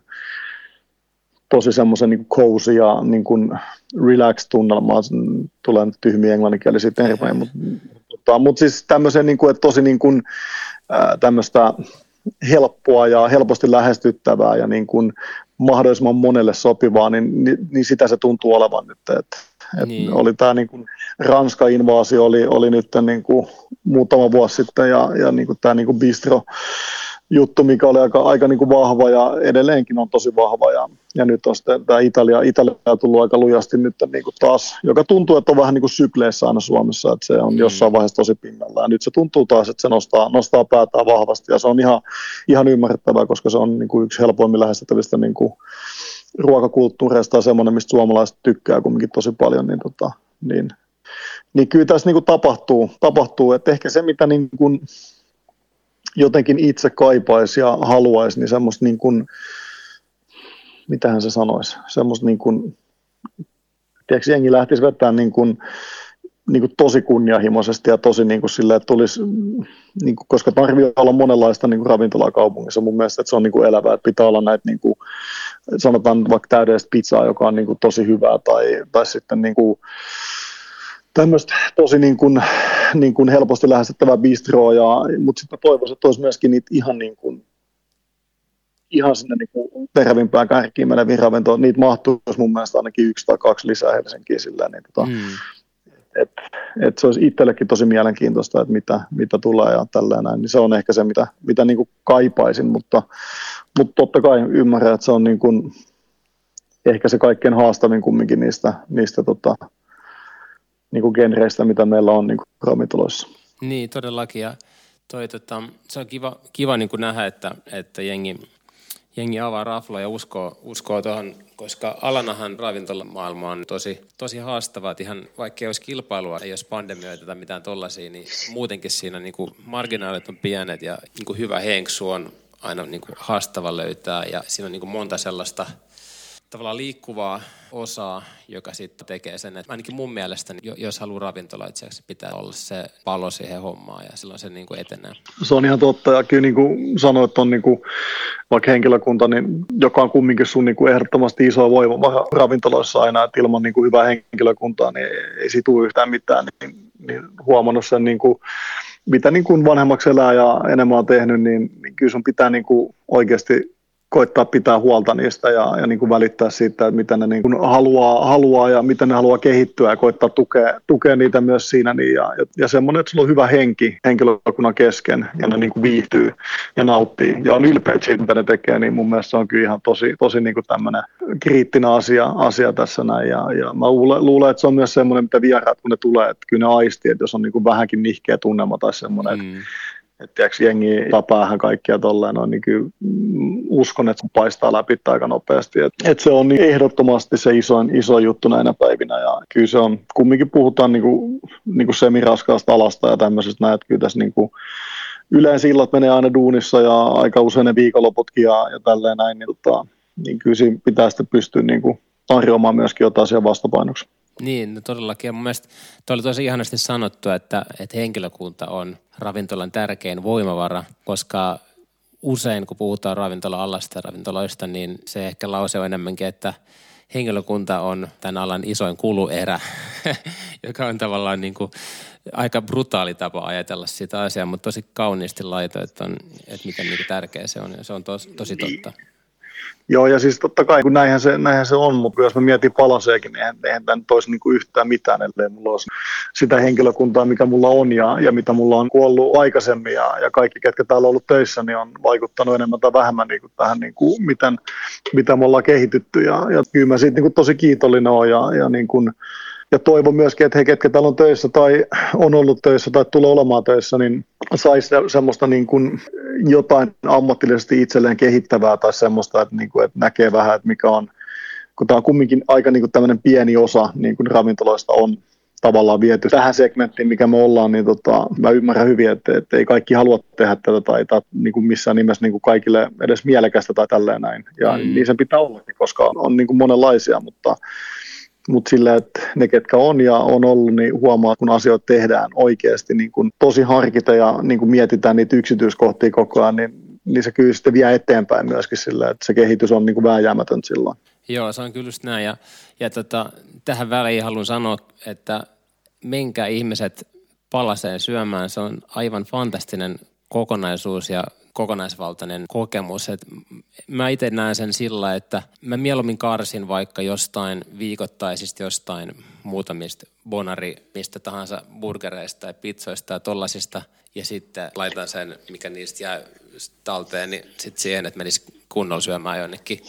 tosi semmoisen niin kuin cozy ja niin kuin relax-tunnelmaan. Tulee nyt tyhmiä englanninkielisiä termejä, mutta siis tämmöiseen, niin kuin, että tosi niin kuin, tämmöistä helppoa ja helposti lähestyttävää ja niin kuin mahdollisimman monelle sopivaa, niin sitä se tuntuu olevan nyt, niin. Oli tämä niin kuin Ranska-invaasio oli nyt niin kuin muutama vuosi sitten ja niin kuin tämä niin kuin bistro-juttu, mikä oli aika niin kuin vahva ja edelleenkin on tosi vahva ja nyt on sitten tämä Italia on tullut aika lujasti nyt niin kuin taas, joka tuntuu, että on vähän niin kuin sykleissä aina Suomessa, että se on jossain vaiheessa tosi pinnalla ja nyt se tuntuu taas, että se nostaa päätään vahvasti ja se on ihan ymmärrettävää, koska se on niin kuin yksi helpoimmin lähestettävistä niin kuin ruokakulttuureista on semmoinen, mistä suomalaiset tykkää kumminkin tosi paljon, niin kyllä tässä niin kuin tapahtuu, että ehkä se, mitä niin kuin jotenkin itse kaipaisi ja haluaisi, niin semmoista niin kuin, mitähän se sanoisi, semmoista niin kuin, tiedätkö, jengi lähtisi vetämään niin kuin tosi kunnianhimoisesti ja tosi niin kuin silleen, että tulisi, niin kuin, koska tarvitsee olla monenlaista niin kuin ravintolaa kaupungissa. Mun mielestä että se on niin kuin elävää, että pitää olla näitä, niin kuin, sanotaan vaikka täydellistä pizzaa, joka on niin kuin tosi hyvää, tai sitten niin kuin, tämmöistä tosi niin kuin helposti lähestettävää bistroa, mutta sitten toivoisin, että olisi myöskin niitä ihan sinne niin kuin terävimpään kärkiin meneviä ravintoja. Niitä mahtuisi mun mielestä ainakin 1 tai 2 lisää Helsinkiin silleen, että se olisi itsellekin tosi mielenkiintoista, että mitä tulee ja tälleen näin. Niin se on ehkä se, mitä niin kuin kaipaisin, mutta totta kai ymmärrän, että se on niin kuin ehkä se kaikkein haastavin kumminkin niistä niin kuin genreistä, mitä meillä on niin kuin ravintoloissa. Niin, todellakin. Ja se on kiva niin kuin nähdä, että jengi avaa rafloja ja uskoo tuohon, koska alanahan ravintolamaailma on tosi haastava, että ihan vaikka ei olisi kilpailua, ei olisi pandemioita tai mitään tollaisia, niin muutenkin siinä niin kuin marginaalit on pienet ja niin kuin hyvä henksu on aina niin kuin haastava löytää ja siinä on niin kuin monta sellaista tavallaan liikkuvaa osaa, joka sitten tekee sen, että ainakin mun mielestä, jos haluaa ravintoloitsijaksi, pitää olla se palo siihen hommaan ja silloin se niin kuin etenee. Se on ihan totta ja kyllä niin kuin sanoit, on niin kuin, vaikka henkilökunta, niin joka on kumminkin sun niin kuin ehdottomasti iso voima ravintoloissa aina, että ilman niin kuin hyvää henkilökuntaa niin ei siitä tule yhtään mitään, niin huomannut sen, niin kuin, mitä niin kuin vanhemmaksi elää ja enemmän on tehnyt, niin kyllä sun pitää niin kuin oikeasti koittaa pitää huolta niistä ja niin kuin välittää siitä, että mitä ne niin kuin haluaa ja miten ne haluaa kehittyä ja koittaa tukea niitä myös siinä. Niin ja semmoinen, että sulla on hyvä henki henkilökunnan kesken ja ne niin kuin viihtyy ja nauttii ja on ylpeä siitä, mitä ne tekee, niin mun mielestä se on kyllä ihan tosi niin kuin tämmöinen kriittinen asia tässä näin. Ja mä luulen, että se on myös semmoinen, mitä vieraat, kun ne tulee, että kyllä ne aistii, että jos on niin kuin vähänkin nihkeä tunnelma tai semmoinen, että jengi saa päähän kaikkia tolleen noin, niin kyllä uskon, että se paistaa läpi aika nopeasti. Että se on niin ehdottomasti se iso juttu näinä päivinä ja kyllä se on, kumminkin puhutaan niin kuin semiraskaasta alasta ja tämmöisestä näin, että kyllä tässä niin kuin yleensä illat menee aina duunissa ja aika usein ne viikonloputkin ja tälleen näin, niin kyllä siinä pitää sitten pystyä niin kuin tarjoamaan myöskin jotain siihen vastapainoksi. Niin, no todellakin. Ja mun mielestä toi oli tosi ihanasti sanottu, että henkilökunta on ravintolan tärkein voimavara, koska usein kun puhutaan ravintola-alasta ja ravintoloista, niin se ehkä lause on enemmänkin, että henkilökunta on tämän alan isoin kuluerä, joka on tavallaan niin kuin aika brutaali tapa ajatella sitä asiaa, mutta tosi kauniisti laito, että miten niin kuin tärkeä se on ja se on tosi totta. Joo, ja siis totta kai, kun näinhän se on, mutta jos mä mietin Palaseekin, niin eihän tämä nyt olisi niin kuin yhtään mitään, ellei mulla olisi sitä henkilökuntaa, mikä mulla on ja mitä mulla on ollut aikaisemmin, ja kaikki, ketkä täällä on ollut töissä, niin on vaikuttanut enemmän tai vähemmän niin kuin tähän, niin kuin, mitä me ollaan kehitytty, ja kyllä mä siitä niin kuin tosi kiitollinen olen, ja niin kuin, ja toivon myöskin, että he, ketkä täällä on töissä tai on ollut töissä tai tulee olemaan töissä, niin saisi semmoista niin kuin jotain ammatillisesti itselleen kehittävää tai semmoista, että, niin kuin, että näkee vähän, että mikä on, kun tämä on kumminkin aika niin kuin tämmöinen pieni osa niin kuin ravintoloista on tavallaan viety tähän segmenttiin, mikä me ollaan, niin mä ymmärrän hyvin, että ei kaikki halua tehdä tätä tai niin kuin missään nimessä niin kuin kaikille edes mielekästä tai tälleen näin. Ja niin sen pitää ollakin, koska on niin kuin monenlaisia, mutta sillä, että ne, ketkä on ja on ollut, niin huomaa, kun asioita tehdään oikeasti niin kuin tosi harkita ja niin kuin mietitään niitä yksityiskohtia koko ajan, niin se kyllä sitten vie eteenpäin myöskin sillä, että se kehitys on niin kuin vääjäämätön silloin. Joo, se on kyllä just näin. Ja tähän väliin haluan sanoa, että menkää ihmiset Palaseen syömään. Se on aivan fantastinen kokonaisuus ja kokonaisvaltainen kokemus. Et mä itse näen sen sillä, että mä mieluummin karsin vaikka jostain viikoittaisista, jostain muutamista bonari, mistä tahansa burgereista tai pizzoista ja tollasista, ja sitten laitan sen, mikä niistä jää talteen, niin sitten siihen, että menisi kunnolla syömään jonnekin.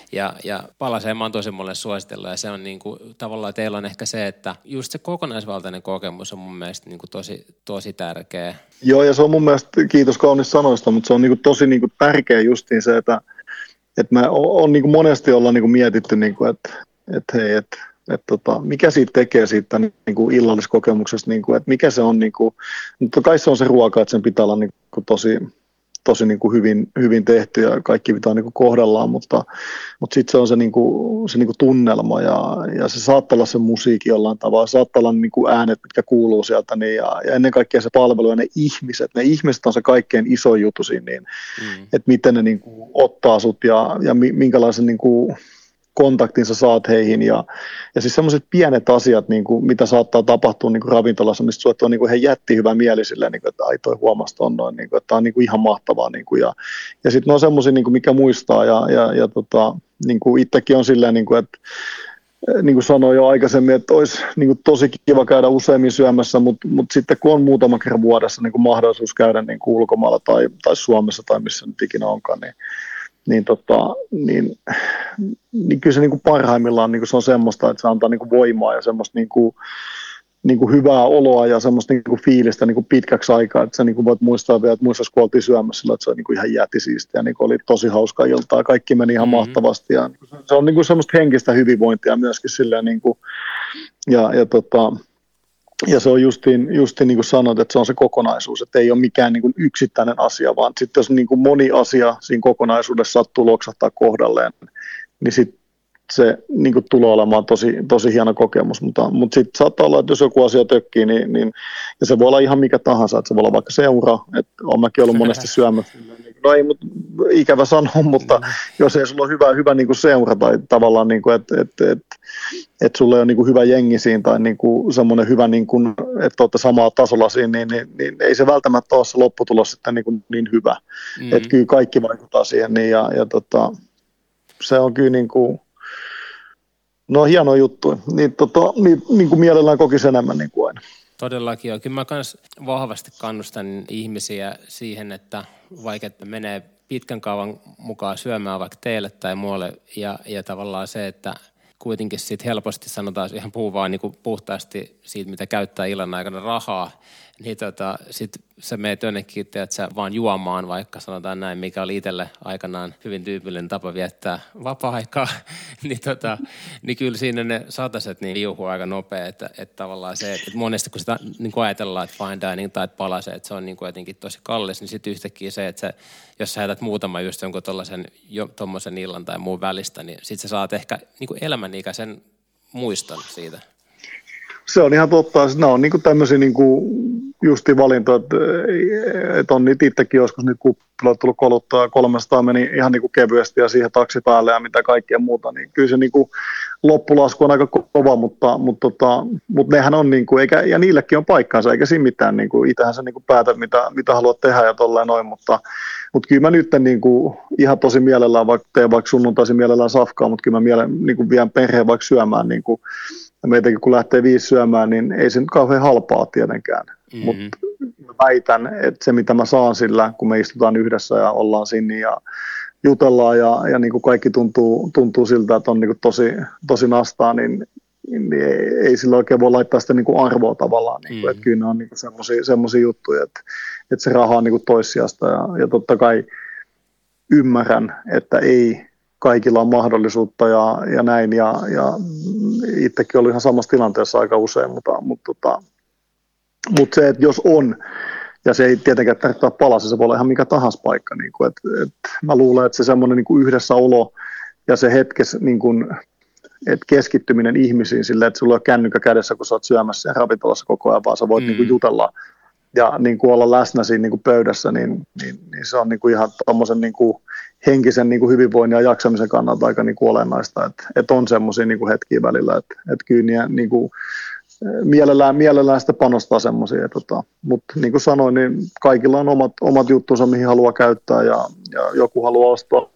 Ja Palaseen mä oon tosi mulle suositellut, ja se on niinku, tavallaan teillä on ehkä se, että just se kokonaisvaltainen kokemus on mun mielestä niinku tosi tärkeä. Joo, ja se on mun mielestä, kiitos kaunista sanoista, mutta se on niinku tosi niinku tärkeä justiin se, että me on niinku monesti ollaan niinku mietitty, niinku, että hei, mikä siitä tekee siitä niinku illalliskokemuksesta, niinku, että mikä se on, niinku, mutta kai se on se ruoka, että sen pitää olla niinku tosi niin kuin hyvin tehty ja kaikki pitää niin kuin kohdallaan, mutta sitten se on se, niin kuin tunnelma ja se saattaa olla se musiikki jollain tavalla, saattaa olla niin kuin äänet, mitkä kuuluu sieltä niin, ja ennen kaikkea se palvelu ja ne ihmiset on se kaikkein iso juttu siinä, niin, että miten ne niin kuin ottaa sut ja minkälaisen niin kuin kontaktin sä saat heihin ja siis semmoiset pienet asiat, niin kuin, mitä saattaa tapahtua niin kuin ravintolassa, mistä sulle on niin kuin, jätti hyvä mieli silleen, niin kuin, että ai toi huomasi ton noin, niin kuin, että tämä on niin kuin, ihan mahtavaa. Niin kuin, ja sitten ne on semmoisia, niin kuin, mikä muistaa ja niin kuin itsekin on silleen, niin kuin, että niin kuin sanoin jo aikaisemmin, että olisi niin kuin, tosi kiva käydä useammin syömässä, mutta sitten kun on muutama kerran vuodessa niin kuin, mahdollisuus käydä niin kuin, ulkomailla tai Suomessa tai missä nyt ikinä onkaan, niin kyllä se niin kuin parhaimmillaan niin kuin se on semmoista, että se antaa niin kuin voimaa ja semmoista niin kuin hyvää oloa ja semmoista niin kuin fiilistä niin kuin pitkäksi aikaa, että sä niin kuin voit muistaa vielä, että muistas kun oltiin syömässä sillä, että se on niin kuin ihan jätisiistiä, niin kuin oli tosi hauskaa iltaa, kaikki meni ihan mahtavasti ja se on niin kuin semmoista henkistä hyvinvointia myöskin silleen niin kuin, ja se on justiin niin kuin sanoit, että se on se kokonaisuus, että ei ole mikään niin kuin yksittäinen asia, vaan sitten jos niin kuin moni asia siinä kokonaisuudessa sattuu loksahtaa kohdalleen, niin sitten se niin kuin tulee olemaan tosi hieno kokemus, mutta sitten saattaa olla, että jos joku asia tökkii, niin ja se voi olla ihan mikä tahansa, että se voi olla vaikka seura, että olen mäkin ollut monesti syömässä. No ei, mutta ikävä sanoa, mutta jos ei sulla ole hyvä niin kuin seura tai tavallaan, niin kuin, että sulla ei ole niin kuin hyvä jengi siinä tai niin kuin semmoinen hyvä, niin kuin, että olette samalla tasolla siinä, niin ei se välttämättä ole se lopputulos sitten niin hyvä. Että kyllä kaikki vaikuttaa siihen niin, ja se on kyllä niin kuin, no hieno juttu. Niin kuin mielellään kokisi enemmän niin kuin aina. Todellakin joo. Kyllä mä myös vahvasti kannustan ihmisiä siihen, että vaikka että menee pitkän kaavan mukaan syömään vaikka teille tai muualle ja tavallaan se, että kuitenkin siitä helposti sanotaan, ihan puhuu vaan niin kuin puhtaasti siitä, mitä käyttää illan aikana rahaa, niin sitten sä meet jonnekin, että sä vaan juomaan, vaikka sanotaan näin, mikä oli itselle aikanaan hyvin tyypillinen tapa viettää vapaa-aikaa, niin kyllä siinä ne sataset niin viuhuu aika nopea, että tavallaan se, että monesti kun sitä niin kuin ajatellaan, että fine dining tai palase, että se on niin kuin jotenkin tosi kallis, niin sitten yhtäkkiä se, että jos sä jätät muutama just jonkun tommosen illan tai muun välistä, niin sitten sä saat ehkä niin kuin elämänikäisen muiston siitä. Se on ihan totta. Nämä on niin tämmöisiä niin justiin valintoja, että on niitä itsekin joskus niitä kuppiloita tullut koluttaa ja 300 meni ihan niin kevyesti ja siihen taksi päälle ja mitä kaikkea muuta. Niin kyllä se niin loppulasku on aika kova, mutta nehän on, niin kuin, ja niillekin on paikkaansa, eikä siinä mitään. Niin itsehän sä niin päätät, mitä haluat tehdä ja tolleen noin, mutta kyllä mä nyt niin ihan tosi mielellään, vaikka sunnuntaisin mielellään safkaa, mutta kyllä mä niin vien perheen vaikka syömään niin kuin, ja meitäkin kun lähtee 5 syömään, niin ei se nyt kauhean halpaa tietenkään. Mutta väitän, että se mitä mä saan sillä, kun me istutaan yhdessä ja ollaan sinne ja jutellaan ja niin kuin kaikki tuntuu siltä, että on niin kuin tosi nastaa, niin ei sillä oikein voi laittaa sitä niin kuin arvoa tavallaan. Niin kuin, että kyllä ne on niin semmoisia juttuja, että se raha on niin kuin toissijasta ja totta kai ymmärrän, että ei kaikilla on mahdollisuutta ja näin, ja itsekin oli ihan samassa tilanteessa aika usein, mutta se, että jos on, ja se ei tietenkään tarvitse palasi, se voi olla ihan mikä tahansa paikka, niin kuin, mä luulen, että se semmoinen niin kuin yhdessäolo ja se hetkessä niin kuin, että keskittyminen ihmisiin silleen, että sulla on kännykkä kädessä, kun sä oot syömässä ja ravintolassa koko ajan, vaan sä voit niin kuin jutella ja niin kuin olla läsnä siinä niin kuin pöydässä, niin se on niin kuin ihan tommosen niin kuin henkisen niin kuin hyvinvoinnin ja jaksamisen kannalta aika niin kuin olennaista, että on semmoisia niin kuin hetkiä välillä, että kyllä niin kuin mielellään sitä panostaa semmoisia, mutta niin kuin sanoin, niin kaikilla on omat juttunsa, mihin haluaa käyttää ja joku haluaa ostaa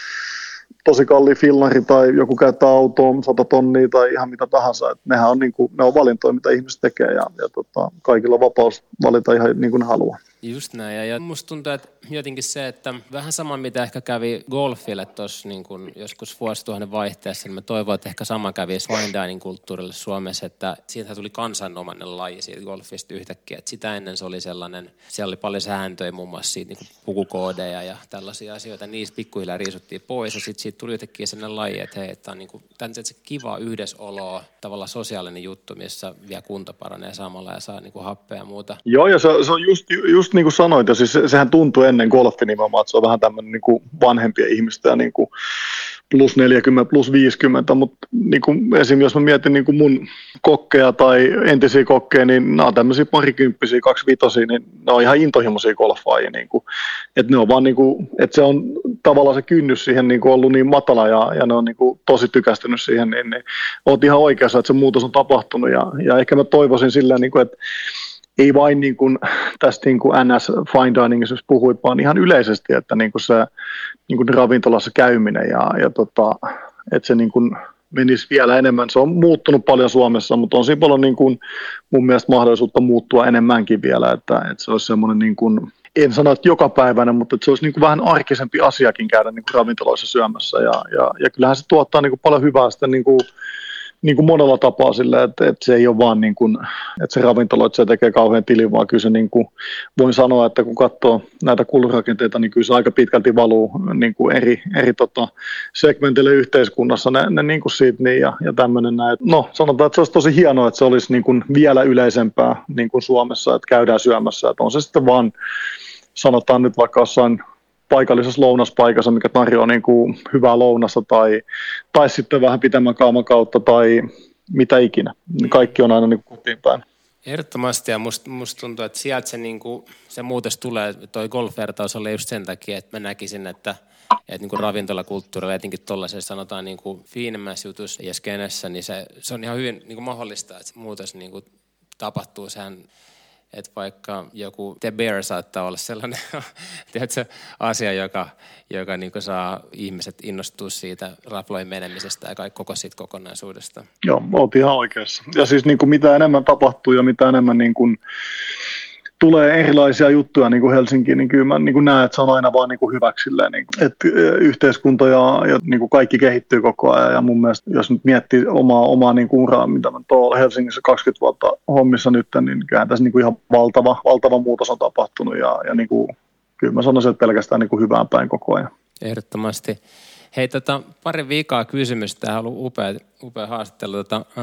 tosi kalliin fillari tai joku käyttää autoa 100 tonnia tai ihan mitä tahansa. Et nehän on, niin kuin, ne on valintoja, mitä ihmiset tekee ja kaikilla on vapaus valita ihan niin kuin ne haluaa. Just näin. Ja musta tuntuu, että jotenkin se, että vähän sama mitä ehkä kävi golfille tuossa niin kuin joskus vuosituhannen vaihteessa, niin mä toivon, että ehkä sama kävi fine dining-kulttuurille Suomessa, että siitä tuli kansanomainen laji siitä golfista yhtäkkiä. Että sitä ennen se oli sellainen, siellä oli paljon sääntöjä muun muassa siitä niin kuin pukukoodeja ja tällaisia asioita. Niistä pikkuhiljaa riisuttiin pois ja sitten siitä tuli yhtäkkiä sellainen laji, että hei, että on niin kuin, se kiva yhdessäolo, tavallaan sosiaalinen juttu, missä vielä kunto paranee samalla ja saa niin kuin happea ja muuta. Joo, ja se on just niin kuin sanoit, ja siis sehän tuntui ennen golfi nimenomaan, että se on vähän tämmöinen niin kuin vanhempia ihmistä ja niin kuin plus 40, plus 50, mutta niin kuin esimerkiksi jos mä mietin niin kuin mun kokkeja tai entisiä kokkeja, niin nämä on tämmöisiä parikymppisiä, 25, niin ne on ihan intohimoisia golfaajia, niin kuin, että ne on vaan niin kuin, että se on tavallaan se kynnys siihen niin kuin ollut niin matala ja ne on niin kuin tosi tykästynyt siihen, niin oot ihan oikeassa, että se muutos on tapahtunut ja ehkä mä toivoisin silleen, niin kuin, että ei vain niin kuin tästä niin kuin NS fine diningissa, jos puhuit, vaan ihan yleisesti, että niin kuin se niin kuin ravintolassa käyminen ja että se niin kuin menisi vielä enemmän. Se on muuttunut paljon Suomessa, mutta on siinä paljon niin kuin mun mielestä mahdollisuutta muuttua enemmänkin vielä, että se olisi semmoinen niin kuin, en sano, että jokapäiväinen, mutta että se olisi niin kuin vähän arkisempi asiakin käydä niin kuin ravintoloissa syömässä ja kyllähän se tuottaa niin kuin paljon hyvää sitten niin kuin monella tapaa sillä, että se ei ole vaan niin kuin, että se ravintoloitsija tekee kauhean tilin, vaan kyllä se niin kuin, voin sanoa, että kun katsoo näitä kulurakenteita, niin kyllä se aika pitkälti valuu niin kuin eri segmenteille yhteiskunnassa ne niin kuin siitä niin ja tämmöinen näin. No sanotaan, että se olisi tosi hienoa, että se olisi niin kuin vielä yleisempää niin kuin Suomessa, että käydään syömässä, että on se sitten vaan, sanotaan nyt vaikka jossain paikallisessa lounaspaikassa, mikä tarjoaa niin kuin hyvää lounasta tai sitten vähän pitemmän kaaman kautta tai mitä ikinä. Kaikki on aina niin kuin kotiin päin. Ehdottomasti, ja musta tuntuu, että sieltä se muutos tulee, toi golf-vertaus oli just sen takia, että mä näkisin, että niin kuin ravintolakulttuurilla, etenkin tuollaisessa sanotaan niin kuin fiinemmässä jutussa ja skenessä, niin se on ihan hyvin niin kuin mahdollista, että se muutos niin kuin tapahtuu. Sehän, että vaikka joku The Bear saattaa olla sellainen tiedätkö, asia, joka niin kuin saa ihmiset innostua siitä rafloihin menemisestä ja koko siitä kokonaisuudesta. Joo, olet ihan oikeassa. Ja siis niin kuin mitä enemmän tapahtuu ja mitä enemmän niin kuin tulee erilaisia juttuja niin kuin Helsinkiin, niin kyllä mä niin kuin näen, että se on aina vaan niin kuin hyväksi silleen, niin kuin, että yhteiskunta ja niin kuin kaikki kehittyy koko ajan. Ja mun mielestä, jos nyt miettii omaa niin kuin uraa, mitä mä tuolla Helsingissä 20 vuotta hommissa nyt, niin kyllähän tässä niin kuin ihan valtava muutos on tapahtunut. Ja niin kuin, kyllä mä sanoisin, että pelkästään niin kuin hyvään päin koko ajan. Ehdottomasti. Hei, pari viikkaa kysymystä. Tämä on ollut upea haastattelu.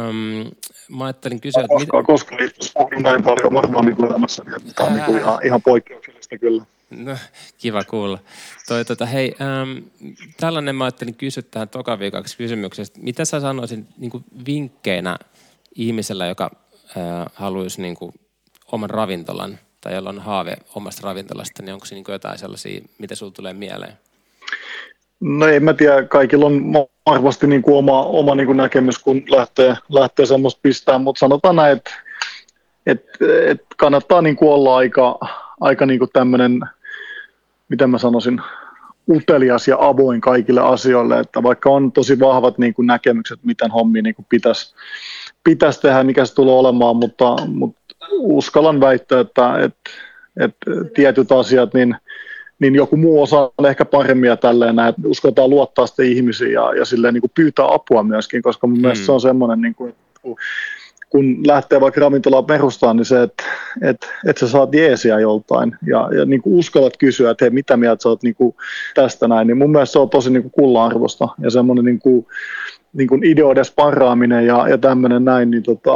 Mä ajattelin kysyä, että koska on näin paljon varmaan niin elämässä. Tämä on niin kuin ihan poikkeuksellista kyllä. No, kiva kuulla. Hei, tällainen mä ajattelin kysyä tähän toka viikaksi kysymyksestä. Mitä sä sanoisit niin kuin vinkkeinä ihmisellä, joka haluaisi niin kuin oman ravintolan tai jolla on haave omasta ravintolasta, niin onko se niin kuin jotain sellaisia, mitä sulla tulee mieleen? No en mä tiedä, kaikilla on varmasti niin kuin oma niin kuin näkemys, kun lähtee semmoista pistää, mutta sanotaan näin, että kannattaa niin kuin olla aika niin kuin tämmöinen, miten mä sanoisin, utelias ja avoin kaikille asioille, että vaikka on tosi vahvat niin kuin näkemykset, miten hommia niin kuin pitäisi tehdä, mikä se tulee olemaan, mutta uskallan väittää, että tietyt asiat, niin joku muu osaa ehkä paremmin ja tälleen, että uskotaan luottaa sitten ihmisiin ja silleen niin kuin pyytää apua myöskin, koska mun mielestä se on semmoinen, niin kuin, kun lähtee vaikka ravintolaa perustamaan, niin se, että sä saat jeesiä joltain ja niin kuin uskallat kysyä, että hei, mitä mieltä sä oot niin kuin tästä näin, niin mun mielestä se on tosi niin kuin kullan-arvosta ja semmoinen niin kuin ideoiden sparraaminen ja tämmöinen näin,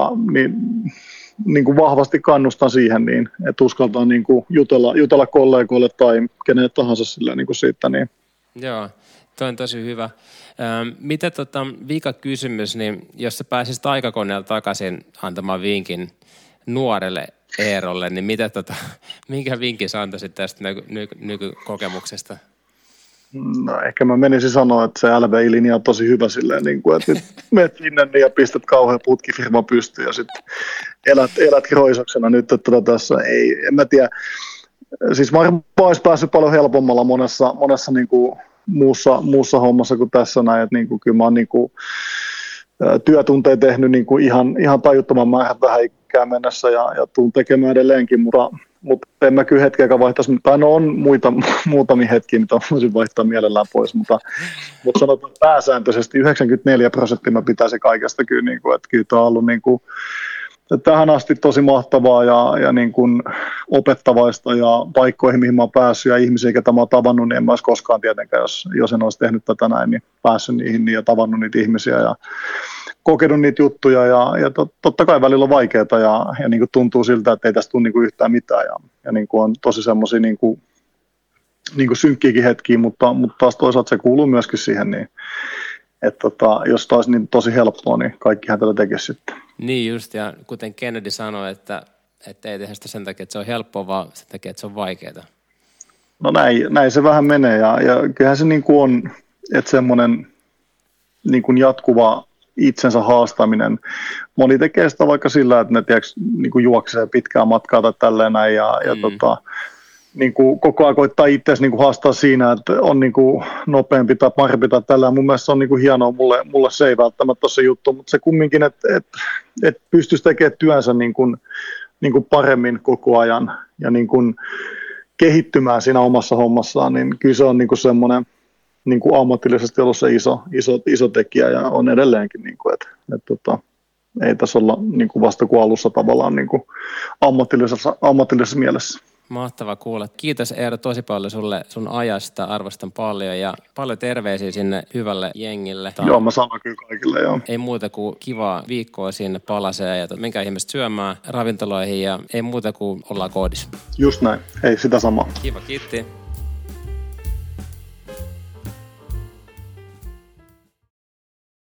niin kuin vahvasti kannustan siihen, niin, että uskaltaa niin kuin jutella kollegoille tai kenelle tahansa sillä niin kuin siitä. Niin. Joo, toi on tosi hyvä. Mitä vika kysymys, niin jos sä pääsisit aikakoneella takaisin antamaan vinkin nuorelle Eerolle, niin minkä vinkin sä antaisit tästä nykykokemuksesta? No ehkä mä menisin sanoa, että se LVI-linja on tosi hyvä silleen, niin kuin, että nyt menet sinne ja pistät kauhean putkifirma pystyyn ja sitten elät roisoksena nyt, että tässä ei, en mä tiedä. Siis varmaan olisi päässyt paljon helpommalla monessa niin kuin muussa hommassa kuin tässä näin, että niin kuin, kyllä mä oon niin kuin, työtunteja tehnyt niin kuin ihan tajuttoman määrät vähän ikään mennessä ja tuun tekemään edelleenkin, mutta en mä kyllä hetkeäkään vaihtaisi, tai no on muutamia hetkiä, mitä voisin vaihtaa mielellään pois, mutta sanotaan pääsääntöisesti 94% mä pitäisin kaikesta kyllä, niin kuin, että kyllä tämä on ollut niin kuin, tähän asti tosi mahtavaa ja niin kuin opettavaista ja paikkoihin, mihin mä oon päässyt ja ihmisiä, ketä mä oon tavannut, niin en mä olisi koskaan tietenkään, jos en olisi tehnyt tätä näin, niin päässyt niihin ja tavannut niitä ihmisiä ja kokenut niitä juttuja ja totta kai välillä on vaikeaa ja niin kuin tuntuu siltä, että ei tästä tule niin kuin yhtään mitään ja niin kuin on tosi semmoisia niin kuin synkkiäkin hetkiä, mutta taas toisaalta se kuuluu myöskin siihen, niin että jos taas niin tosi helppoa, niin kaikkihan tätä tekisi sitten. Niin just, ja kuten Kennedy sanoi, että ei tehdä sitä sen takia, että se on helppoa, vaan sen takia, että se on vaikeaa. No näin se vähän menee ja kyllähän se niin kuin on, että semmoinen niin kuin jatkuva itsensä haastaminen. Moni tekee sitä vaikka sillä, että ne niin kuin juoksee pitkää matkaa tai tälleen näin ja niin kuin koko ajan koittaa itseäsi niin kuin haastaa siinä, että on niin kuin nopeampi tai parempi tai tällä. Mun mielestä se on niin kuin hienoa, mulle se ei välttämättä ole se juttu, mutta se kumminkin, että pystyisi tekemään työnsä niin kuin paremmin koko ajan ja niin kuin kehittymään siinä omassa hommassaan, niin kyllä se on niin kuin semmoinen niin kuin ammatillisesti ollut se iso tekijä ja on edelleenkin, niin kuin, että ei tässä olla niin kuin vasta kuin alussa tavallaan niin kuin ammatillisessa mielessä. Mahtava kuulla. Kiitos Eero tosi paljon sulle sun ajasta, arvostan paljon ja paljon terveisiä sinne hyvälle jengille. Joo, mä sanon kyllä kaikille, joo. Ei muuta kuin kivaa viikkoa sinne palaseen ja menkää ihmiset syömään ravintoloihin ja ei muuta kuin ollaan koodissa. Just näin, ei sitä samaa. Kiva, kiitti.